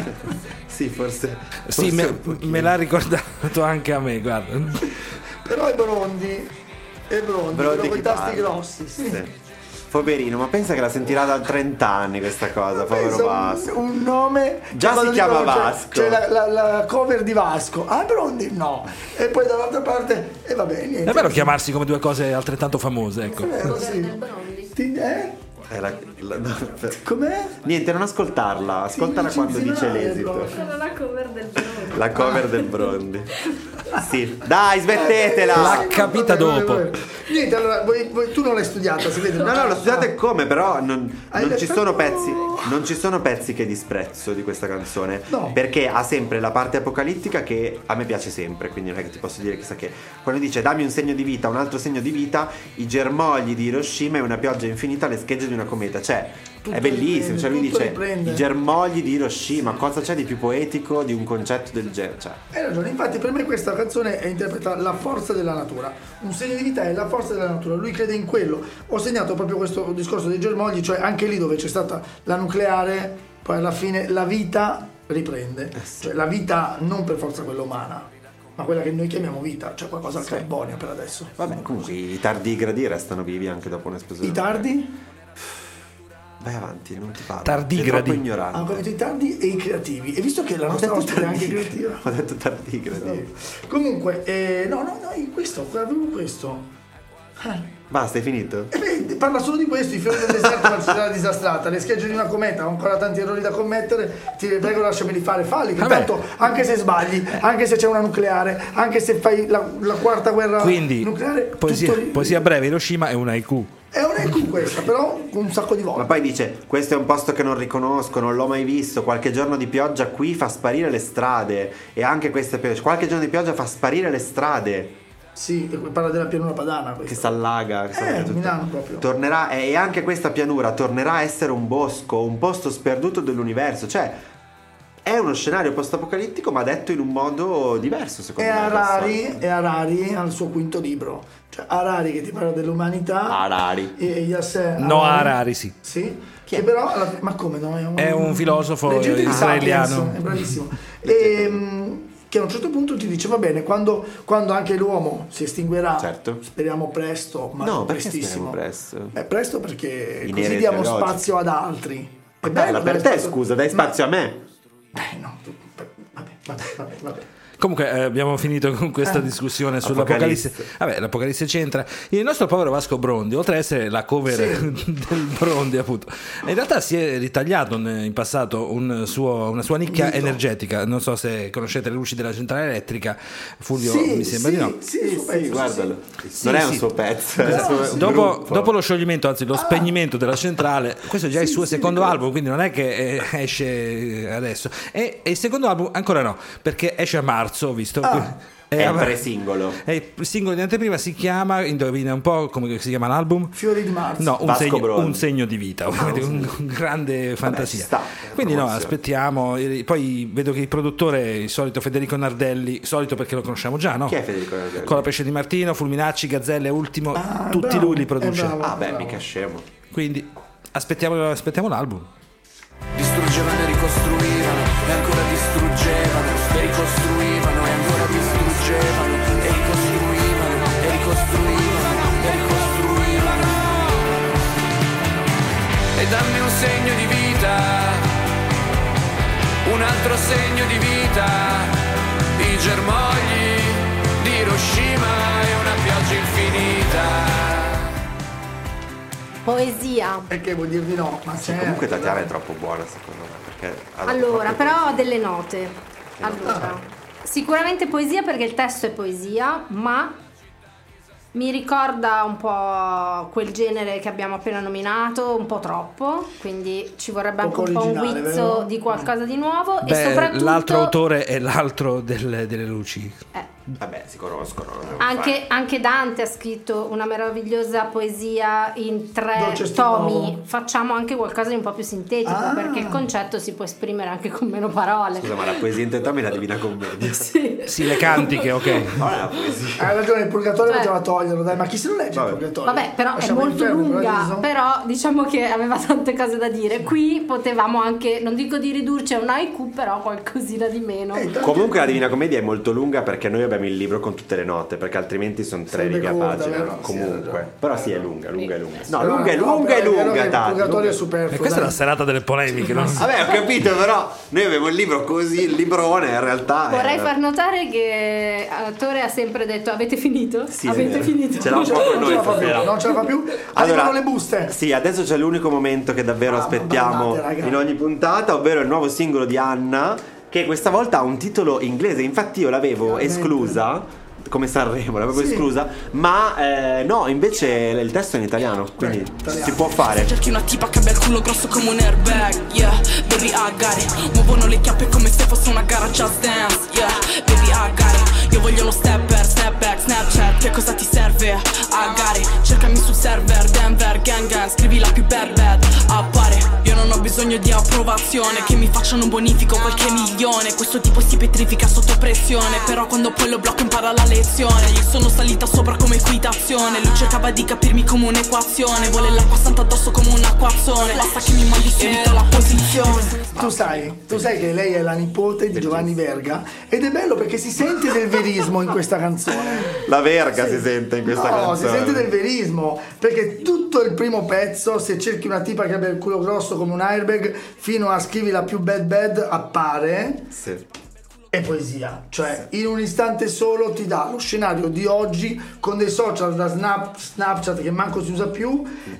Sì, forse, forse sì, me, me l'ha ricordato anche a me, guarda. Però è Brondi. È Brondi, Brondi con i tasti grossi, sì. sì. Poverino, ma pensa che la sentirà da trenta anni questa cosa, povero Vasco. Un, un nome. Già si chiama Vasco. C'è, c'è la, la, la cover di Vasco. Ah, Brondi no. E poi dall'altra parte. E eh, va bene. È bello chiamarsi come due cose altrettanto famose, ecco. È vero, sì. Ti, eh? È la, la, no, per- Com'è? Niente, non ascoltarla, ascoltala Sì, quando sì, dice no, l'esito. Sono la cover del Brondi. La cover del Brondi. Sì, dai, smettetela! L'ha capita Vabbè, vabbè, dopo. vabbè. Niente, allora, voi- voi- tu non l'hai studiata, si vede? No, no, lo studiate come, però non, Hai non detto- ci sono pezzi, non ci sono pezzi che disprezzo di questa canzone. No. Perché ha sempre la parte apocalittica che a me piace sempre, quindi non è che ti posso dire chissà che. Quando dice dammi un segno di vita, un altro segno di vita, i germogli di Hiroshima e una pioggia infinita alle schegge di una cometa. Cioè, Tutto è bellissimo, riprende, cioè lui tutto dice riprende. i germogli di Hiroshima, cosa c'è di più poetico di un concetto del genere? Cioè, Hai ragione, infatti per me questa canzone è interpreta la forza della natura. Un segno di vita è la forza della natura, lui crede in quello. Ho segnato proprio questo discorso dei germogli, cioè anche lì dove c'è stata la nucleare, poi alla fine la vita riprende. Cioè la vita non per forza quella umana, ma quella che noi chiamiamo vita, cioè qualcosa al carbonio per adesso. vabbè, comunque i tardigradi restano vivi anche dopo un'esplosione. I tardi? Vai avanti, non ti parlo. Tardigradi. Sei troppo Hanno ignorante. capito i tardi e i creativi. E visto che la nostra detto ospite è anche tardigradi. creativa. Ho detto tardigradi. Comunque, eh, no, no, no, questo, avevo questo. Eh. Basta, hai finito? E beh, parla solo di questo, i fiori del deserto, la città disastrata, le schegge di una cometa, ho ancora tanti errori da commettere, ti prego lasciameli fare, falli, che Vabbè. tanto anche se sbagli, anche se c'è una nucleare, anche se fai la, la quarta guerra Quindi, nucleare, poesia, tutto lì- poesia breve, Hiroshima è un haiku. è un ecco questa, però un sacco di volte. Ma poi dice, questo è un posto che non riconosco, non l'ho mai visto, qualche giorno di pioggia qui fa sparire le strade. E anche questa pioggia, qualche giorno di pioggia fa sparire le strade. Sì, e poi parla della pianura padana Che questa. si allaga, che si Eh, allaga tutto. Milano proprio. Tornerà, e anche questa pianura tornerà a essere un bosco, un posto sperduto dell'universo. Cioè, è uno scenario post-apocalittico, ma detto in un modo diverso, secondo E me. Harari, e Harari al suo quinto libro, cioè Harari che ti parla dell'umanità. Harari. E Yasser No, Harari, sì. Sì, che però alla fi- ma come no? È un, È un filosofo leggete di israeliano. Sapiens, è bravissimo. E, mh, che a un certo punto ti dice va bene, quando, quando anche l'uomo si estinguerà, Certo. speriamo presto, ma No, perché prestissimo. speriamo presto? È presto perché In così era diamo ideologica. spazio ad altri. È Bella bello per dare te, spazio- scusa, dai spazio a me. Eh, no, tu- vabbè, vabbè, vabbè, vabbè. Comunque eh, abbiamo finito con questa Eh. discussione sull'Apocalisse. Apocalisse. Vabbè, l'Apocalisse c'entra. Il nostro povero Vasco Brondi, oltre ad essere la cover del Brondi, appunto, in realtà si è ritagliato in in passato un suo- una sua nicchia Mito. energetica. Non so se conoscete le luci della centrale elettrica. Fulvio Sì, mi sembra sì, di no. sì, il suo Sì, pezzo, guardalo. Sì, non è un sì. suo pezzo, è il No, suo sì. Dopo, gruppo. dopo lo scioglimento, anzi lo spegnimento della centrale, questo è già il Sì, suo sì, secondo ricordo. album, quindi non è che eh, esce adesso. E, e il secondo album ancora no, perché esce a marzo, ho visto. Ah. È Eh, il vabbè. pre-singolo. E il singolo di anteprima si chiama, indovina un po' come si chiama l'album? Fiori di marzo. No, un Vasco segno, Brondi. un segno di vita, ovviamente, un, un grande fantasia. ci sta, Quindi no, promozione. aspettiamo. E poi vedo che il produttore, il solito Federico Nardelli, solito perché lo conosciamo già, no? Chi è Federico Nardelli? Con la pesce di Martino, Fulminacci, Gazzelle, Ultimo, Ah, tutti bravo, lui li è produce. bravo. Ah, beh, Bravo. mica scemo. Quindi aspettiamo, aspettiamo l'album. Distruggevano e ricostruivano e ancora distruggevano e ricostruivano e ancora distruggevano e ricostruivano e ricostruivano e ricostruivano. E dammi un segno di vita, un altro segno di vita, i germogli di Hiroshima e una pioggia infinita. Poesia. E che vuol dir di no? Ma Sì, c'è. comunque Tatiana è troppo buona, secondo me. Perché ha dato Allora, proprio- però ho delle note. Allora, sicuramente poesia perché il testo è poesia, ma mi ricorda un po' quel genere che abbiamo appena nominato, un po' troppo, quindi ci vorrebbe anche Poco un po' un originale, guizzo vero? di qualcosa di nuovo e Beh, soprattutto l'altro autore è l'altro delle, delle luci. eh, Vabbè, si conoscono. non devo anche, fare. anche Dante ha scritto una meravigliosa poesia in tre Dolce tomi. Stimolo. Facciamo anche qualcosa di un po' più sintetico Ah. perché il concetto si può esprimere anche con meno parole. Scusa, ma la poesia in te me la Divina Commedia. Sì. Sì, le cantiche, ok. Non è la poesia. Hai ragione, il purgatorio Cioè- poteva toglierlo, dai, ma chi se lo legge Vabbè. il purgatorio? Vabbè, però Lasciamo è molto l'inferno, il lunga, paradiso? però diciamo che aveva tante cose da dire. Qui potevamo anche, non dico di ridurci a un haiku, però qualcosina di meno. Eh, intanto- Comunque la Divina Commedia è molto lunga perché noi abbiamo il libro con tutte le note, perché altrimenti sono tre Sarebbe righe a corta, pagina. vero? Sì, hai Comunque. ragione. Però sì, è lunga, lunga, è lunga. No, Però- lunga, è no, lunga, però è vero che lunga, il Tati. purgatorio è lunga. superfluo. E questa è dai. la serata delle polemiche, no? Vabbè, ho capito, però noi abbiamo il libro così, il librone in realtà. Vorrei è- far notare che Attore ha sempre detto avete finito? Sì, è avete vero. finito? Ce l'ha un po' con noi Non ce la fa più, stasera. non ce la fa più. Allora, Arrivano le buste. Sì, adesso c'è l'unico momento che davvero Ah, aspettiamo ballate, raga. in ogni puntata, ovvero il nuovo singolo di Anna, che questa volta ha un titolo inglese. Infatti io l'avevo esclusa, come Sanremo, l'avevo Sì. esclusa, ma eh, no, invece il testo è in italiano, quindi si può fare. Cerchi una tipa che abbia il culo grosso come un airbag, yeah, baby I got it. Muovono le chiappe come se fosse una gara Just Dance, yeah, baby I got it. Io voglio lo stepper, step back, Snapchat, che cosa ti serve? I got it. Cercami sul server, Denver, gang gang, scrivi la più bad bad, appare. Io non ho bisogno di approvazione, che mi facciano un bonifico qualche milione. Questo tipo si petrifica sotto pressione, però quando poi lo blocco impara la lezione. Gli sono salita sopra come equitazione. Lui cercava di capirmi come un'equazione. Vuole l'acqua santa addosso come un acquazzone. Basta che mi mandi subito la posizione. Tu sai, tu sai che lei è la nipote di Giovanni Verga ed è bello perché si sente del verismo in questa canzone. La verga si sente in questa No, canzone. si sente del verismo perché tutto il primo pezzo, se cerchi una tipa che abbia il culo grosso come un airbag, fino a scrivi la più bad bad, appare. Sì. È poesia, cioè in un istante solo ti dà lo scenario di oggi con dei social da Snap, Snapchat che manco si usa più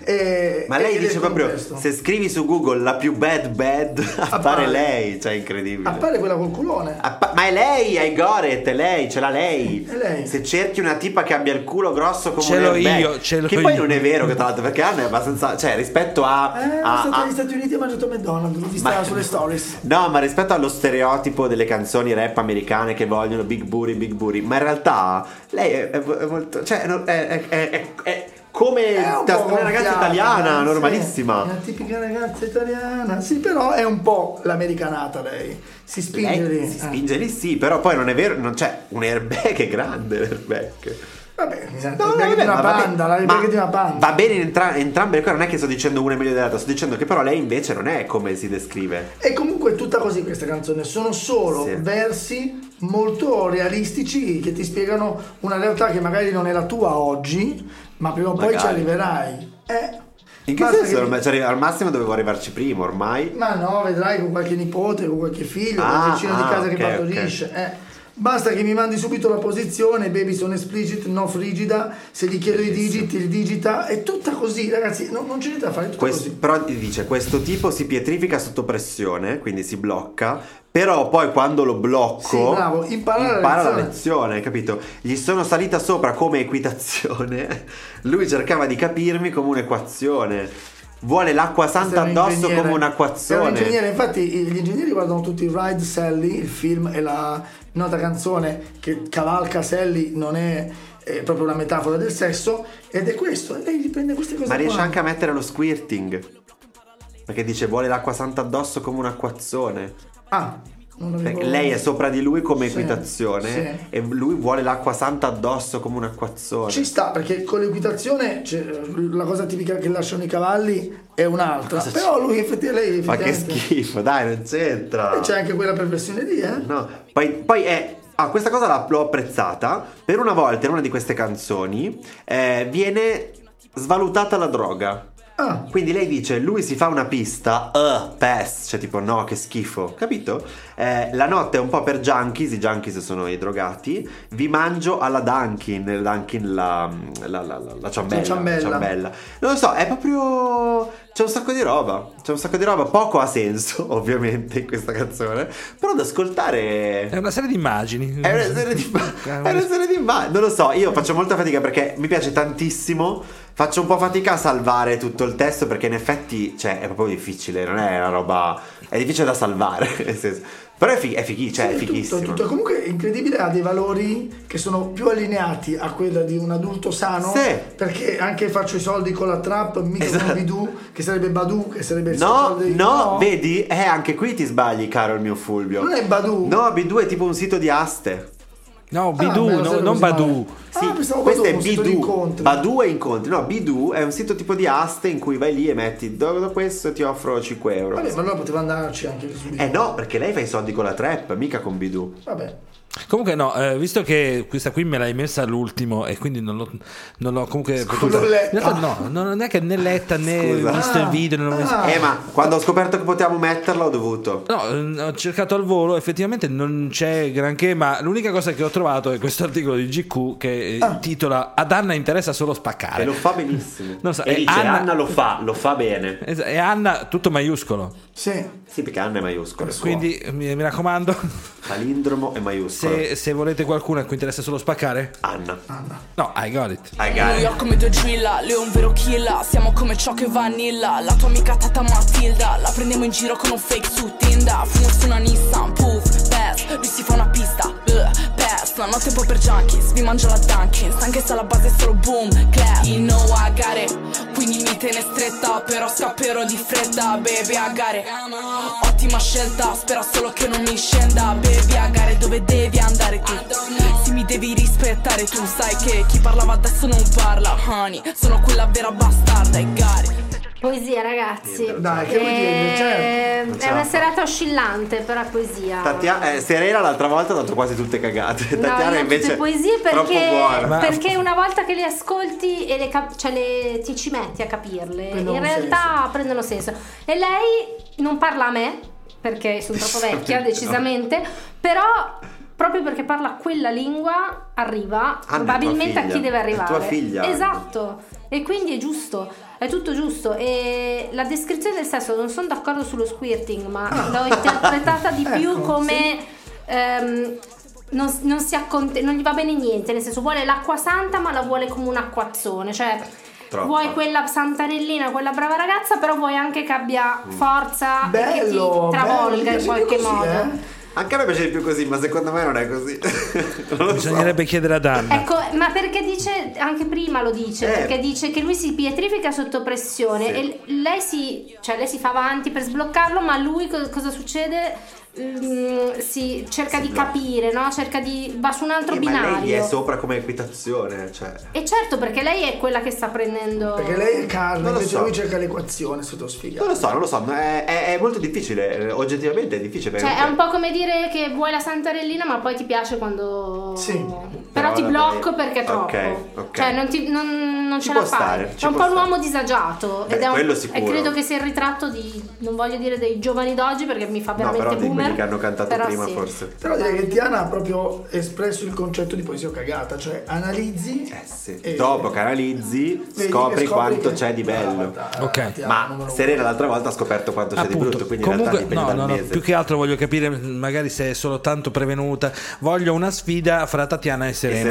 e, Ma lei ed è dice il proprio, contesto. se scrivi su Google la più bad bad, appare, Appare. lei, cioè incredibile. Appare quella col culone. Appa- ma è lei, I got it, è lei, ce l'ha lei. È lei. Se cerchi una tipa che abbia il culo grosso come Ce un l'ho airbag, io, ce l'ho che poi io. non è vero, che tra l'altro, perché Anna è abbastanza, cioè rispetto a, Eh, a- è stata a- negli Stati Uniti e ha mangiato McDonald's, l'ho vista Ma- sulle stories. no, ma rispetto allo stereotipo delle canzoni rap americane che vogliono big booty, big booty, ma in realtà lei è, è- è molto, cioè no, è, è- è- è- è come È un da- po' una ragazza gonfiata, italiana, sì. normalissima. Una tipica ragazza italiana. Sì, però è un po' l'americanata lei. Si spinge Lei lì. si Eh. spinge lì, sì, però poi non è vero, non c'è un airbag è grande l'airbag. Vabbè, mi sento No, il no, bag di vabbè, una ma va panda, bene, la ma bag di una panda. Va bene in entra- entrambe le cose, non è che sto dicendo una è meglio dell'altra, sto dicendo che però lei invece non è come si descrive. E comunque è tutta così questa canzone, sono solo Sì. versi molto realistici che ti spiegano una realtà che magari non è la tua oggi, ma prima o poi Magari. ci arriverai. Eh, In che basta senso? che- Ormai- cioè, al massimo dovevo arrivarci prima ormai. Ma no, vedrai con qualche nipote, con qualche figlio, Ah, con un vicino ah, di casa ok, che partorisce. Eh. Basta che mi mandi subito la posizione, baby sono explicit, no frigida, se gli chiedo i digiti, il digita, è tutta così, ragazzi, no- non c'è niente da fare, è tutta Questo- così. però dice questo tipo si pietrifica sotto pressione, quindi si blocca, però poi quando lo blocco Sì, bravo, impara la impara la lezione. lezione, capito? Gli sono salita sopra come equitazione, lui cercava di capirmi come un'equazione. Vuole l'acqua santa Sei un addosso ingegnere. come Sei un un'acquazzone. ingegnere, infatti i- gli ingegneri guardano tutti Ride Sally, il film e la nota canzone che cavalca Sally non è, è proprio una metafora del sesso ed è questo, e lei riprende queste cose Ma riesce qua. anche a mettere lo squirting. Perché dice vuole l'acqua santa addosso come un'acquazzone. Ah, non avevo... Perché lei è sopra di lui come Sì, equitazione sì. e lui vuole l'acqua santa addosso come un'acquazzone. Ci sta, perché con l'equitazione cioè, la cosa tipica che lasciano i cavalli è un'altra, cosa però lui effettivamente lei Ma che effettivamente- schifo, dai, non c'entra. E c'è anche quella perversione lì, eh? No, poi, poi è. Ah, questa cosa la- l'ho apprezzata. Per una volta in una di queste canzoni eh, viene svalutata la droga. Ah. Quindi lei dice, lui si fa una pista, uh, pass, cioè tipo no, che schifo, capito? Eh, la notte è un po' per junkies, i junkies sono i drogati, vi mangio alla Dunkin, Dunkin la, la, la, la, la ciambella, La ciambella. la ciambella. Non lo so, è proprio... c'è un sacco di roba, c'è un sacco di roba, poco ha senso ovviamente in questa canzone, però da ascoltare... È una serie di immagini. È una serie di, è una serie di immagini. Non lo so, io faccio molta fatica perché mi piace tantissimo. Faccio un po' fatica a salvare tutto il testo perché in effetti, cioè, è proprio difficile. Non è una roba. È difficile da salvare. Nel senso. Però è, fi- è, fighi- cioè, è Sì, fighissimo. tutto, tutto. Comunque è incredibile, ha dei valori che sono più allineati a quella di un adulto sano. Sì. Perché anche faccio i soldi con la trap, mica Esatto. con Bidoo, che sarebbe Badu, che sarebbe il social No, dei- no, vedi? Eh, anche qui ti sbagli, caro il mio Fulvio. Non è Badu? No, B due è tipo un sito di aste. No, Ah, Bidoo, me lo no- sapevo non così Badu. male. Sì, Ah, pensavo questo Badu, è un sito di Bidoo. incontri. Badu è incontri. No, Bidoo è un sito tipo di aste in cui vai lì e metti dopo questo ti offro cinque euro. Vabbè, ma allora poteva andarci anche su Bidoo. Eh no, perché lei fa i soldi con la trap, mica con Bidoo. Vabbè. Comunque no, eh, visto che questa qui me l'hai messa all'ultimo e quindi non l'ho, non l'ho comunque Scusa, potuta... letta. In realtà no, no, non è che né letta né Scusa. visto il video, non ho visto... Eh, ma quando ho scoperto che potevamo metterla ho dovuto. No, eh, ho cercato al volo, effettivamente non c'è granché, ma l'unica cosa che ho trovato è questo articolo di G Q che eh, titola "Ad Anna interessa solo spaccare". E lo fa benissimo. Non so, e e dice Anna- Anna... lo fa, lo fa bene. Es- E Anna tutto maiuscolo. Sì. Sì, perché Anna è maiuscolo. Quindi mi, mi raccomando, palindromo e maiuscolo. se, se volete qualcuno a cui interessa solo spaccare, Anna. no, I got it. I New got it. York come due drilla, Leo un vero killer. Siamo come ciò che vanilla. La tua amica Tata Matilda la prendiamo in giro con un fake su Tinder. Fumo su una Nissan, puff, pass. Lui si fa una pista, uh, pass. Non ho tempo per junkies, vi mangio la Dunkins. Anche se alla base è solo boom, clap. You know I got it, quindi mi tiene stretta. Però scapperò di fretta, baby I got it. Ottima scelta, spera solo che non mi scenda. Baby I got it, dove devi andare tu? Se mi devi rispettare tu sai che chi parlava adesso non parla, honey. Sono quella vera bastarda, I got it. Poesia, ragazzi. Dai, che vuoi dire? Eh, Certo. è una serata oscillante, però è poesia. Tatia- eh, Serena l'altra volta ha dato quasi tutte cagate. No, Tatiana io ho invece tutte poesie troppo perché, buona. perché una volta che le ascolti e le cap- cioè le, ti ci metti a capirle, Prendono in realtà prendono senso. E lei non parla a me, perché sono troppo vecchia, decisamente, però proprio perché parla quella lingua arriva Anna è probabilmente tua a chi figlia. deve È arrivare. tua figlia. Esatto. E quindi è giusto, è tutto giusto. E la descrizione del sesso, non sono d'accordo sullo squirting, ma l'ho interpretata di più Ecco, come ehm, non, non si acconte- non gli va bene niente, nel senso vuole l'acqua santa ma la vuole come un acquazzone, cioè Troppo. vuoi quella santarellina, quella brava ragazza, però vuoi anche che abbia forza e che Bello, ti travolga bello, in piace qualche così, modo. eh? Anche a me piace di più così, ma secondo me non è così. Non lo Bisognerebbe chiedere ad Anna. Ecco, ma perché dice, anche prima lo dice, Eh. perché dice che lui si pietrifica sotto pressione Sì. e lei si, cioè lei si fa avanti per sbloccarlo, ma lui co- cosa succede? Mm, si cerca Si di blocca. capire, no? Cerca di va su un altro so. Eh, ma binario. lei gli è sopra come equitazione, cioè. E certo, perché lei è quella che sta prendendo. Perché lei è Carla, Non lo invece so. lui cerca l'equazione sotto sfigato. Non lo so, non lo so, è, è- è molto difficile, eh, oggettivamente è difficile. perché Cioè, è un comunque- po' come dire che vuoi la santarellina, ma poi ti piace quando. Sì. Però Però ti vabbè. blocco perché è troppo. Ok, ok. Cioè, non, ti, non, non Ci ce può la fai. stare, ci È un può po' un stare. uomo disagiato. Beh, ed è un- quello E sicuro. credo che sia il ritratto di. Non voglio dire dei giovani d'oggi perché mi fa No, veramente però di boomer. quelli che hanno cantato però prima sì. forse. Però direi che Tiana ha proprio espresso il concetto di poesia cagata, cioè analizzi Eh sì. e- Dopo che analizzi, vedi scopri, che quanto che- c'è di bello. Brava, dai, Ok. Tiana, Ma numero Serena l'altra volta ha scoperto quanto c'è di Appunto, brutto, quindi comunque in realtà dipende no, dal no, no, mese. più che altro voglio capire magari se è solo tanto prevenuta. Voglio una sfida fra Tatiana e Serena.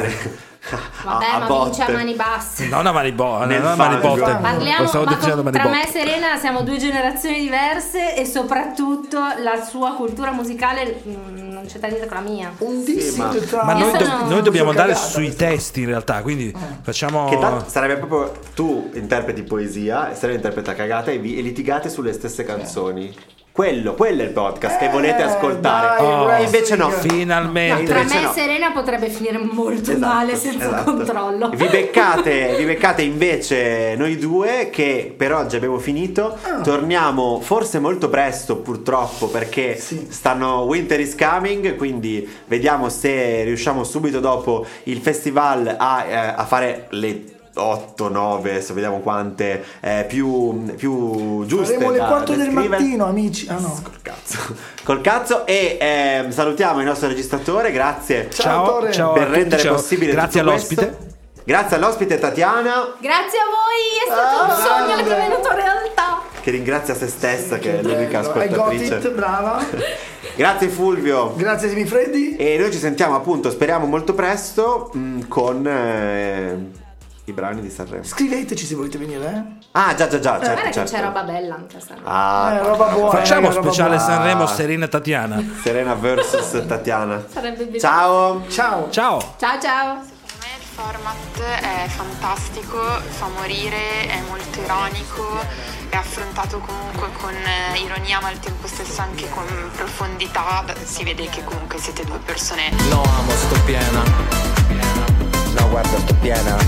Vabbè, a ma botte. vince a mani basse. Non a mani bo- Nel non a mani fango. botte. Parliamo, Lo stavo ma dicendo con- mani tra me botte. e Serena siamo due generazioni diverse e soprattutto la sua cultura musicale mm, non c'entra niente con la mia. Un dissing ma- tra Ma Io noi, do- sono- noi dobbiamo sono andare cagata, sui questa. testi in realtà, quindi facciamo... Che tanto sarebbe proprio tu interpreti poesia e Serena interpreta cagata e, vi, e litigate sulle stesse canzoni. Quello, quello è il podcast che volete Eh, ascoltare. dai, Oh, wrestling. invece no. Finalmente. Tra invece me no. e Serena potrebbe finire molto Esatto, male senza esatto. controllo. Vi beccate, vi beccate invece noi due che per oggi abbiamo finito. Torniamo forse molto presto purtroppo perché Sì. stanno Winter is Coming, quindi vediamo se riusciamo subito dopo il festival a, eh, a fare le otto, nove, se vediamo quante eh, più, più giuste. Faremo le da quattro del descrivere. mattino, amici. Ah no. Cazzo. Col cazzo e ehm, salutiamo il nostro registratore, grazie Ciao, Tore. ciao per a tutti, rendere ciao. possibile Grazie tutto all'ospite. questo. Grazie all'ospite Tatiana, Grazie a voi, è stato un Ah, sogno che è grande. venuto realtà. che ringrazia se stessa, che è l'unica bello. I got ascoltatrice. it, brava. Grazie Fulvio. Grazie Simi Freddi. E noi ci sentiamo appunto, speriamo molto presto, mh, con eh, i brani di Sanremo. Scriveteci se volete venire, eh. Ah già già già, certo, Guarda che certo. c'è roba bella anche stavolta. Ah, Eh, roba buona. Facciamo eh, roba speciale buona. Sanremo Serena Tatiana. Serena versus Tatiana. Sarebbe bellissimo. Ciao. Ciao. Ciao. Ciao ciao. Il format è fantastico, fa morire, è molto ironico, è affrontato comunque con eh, ironia ma al tempo stesso anche con profondità. Si vede che comunque siete due persone. No amo, sto piena. No guarda, sto piena.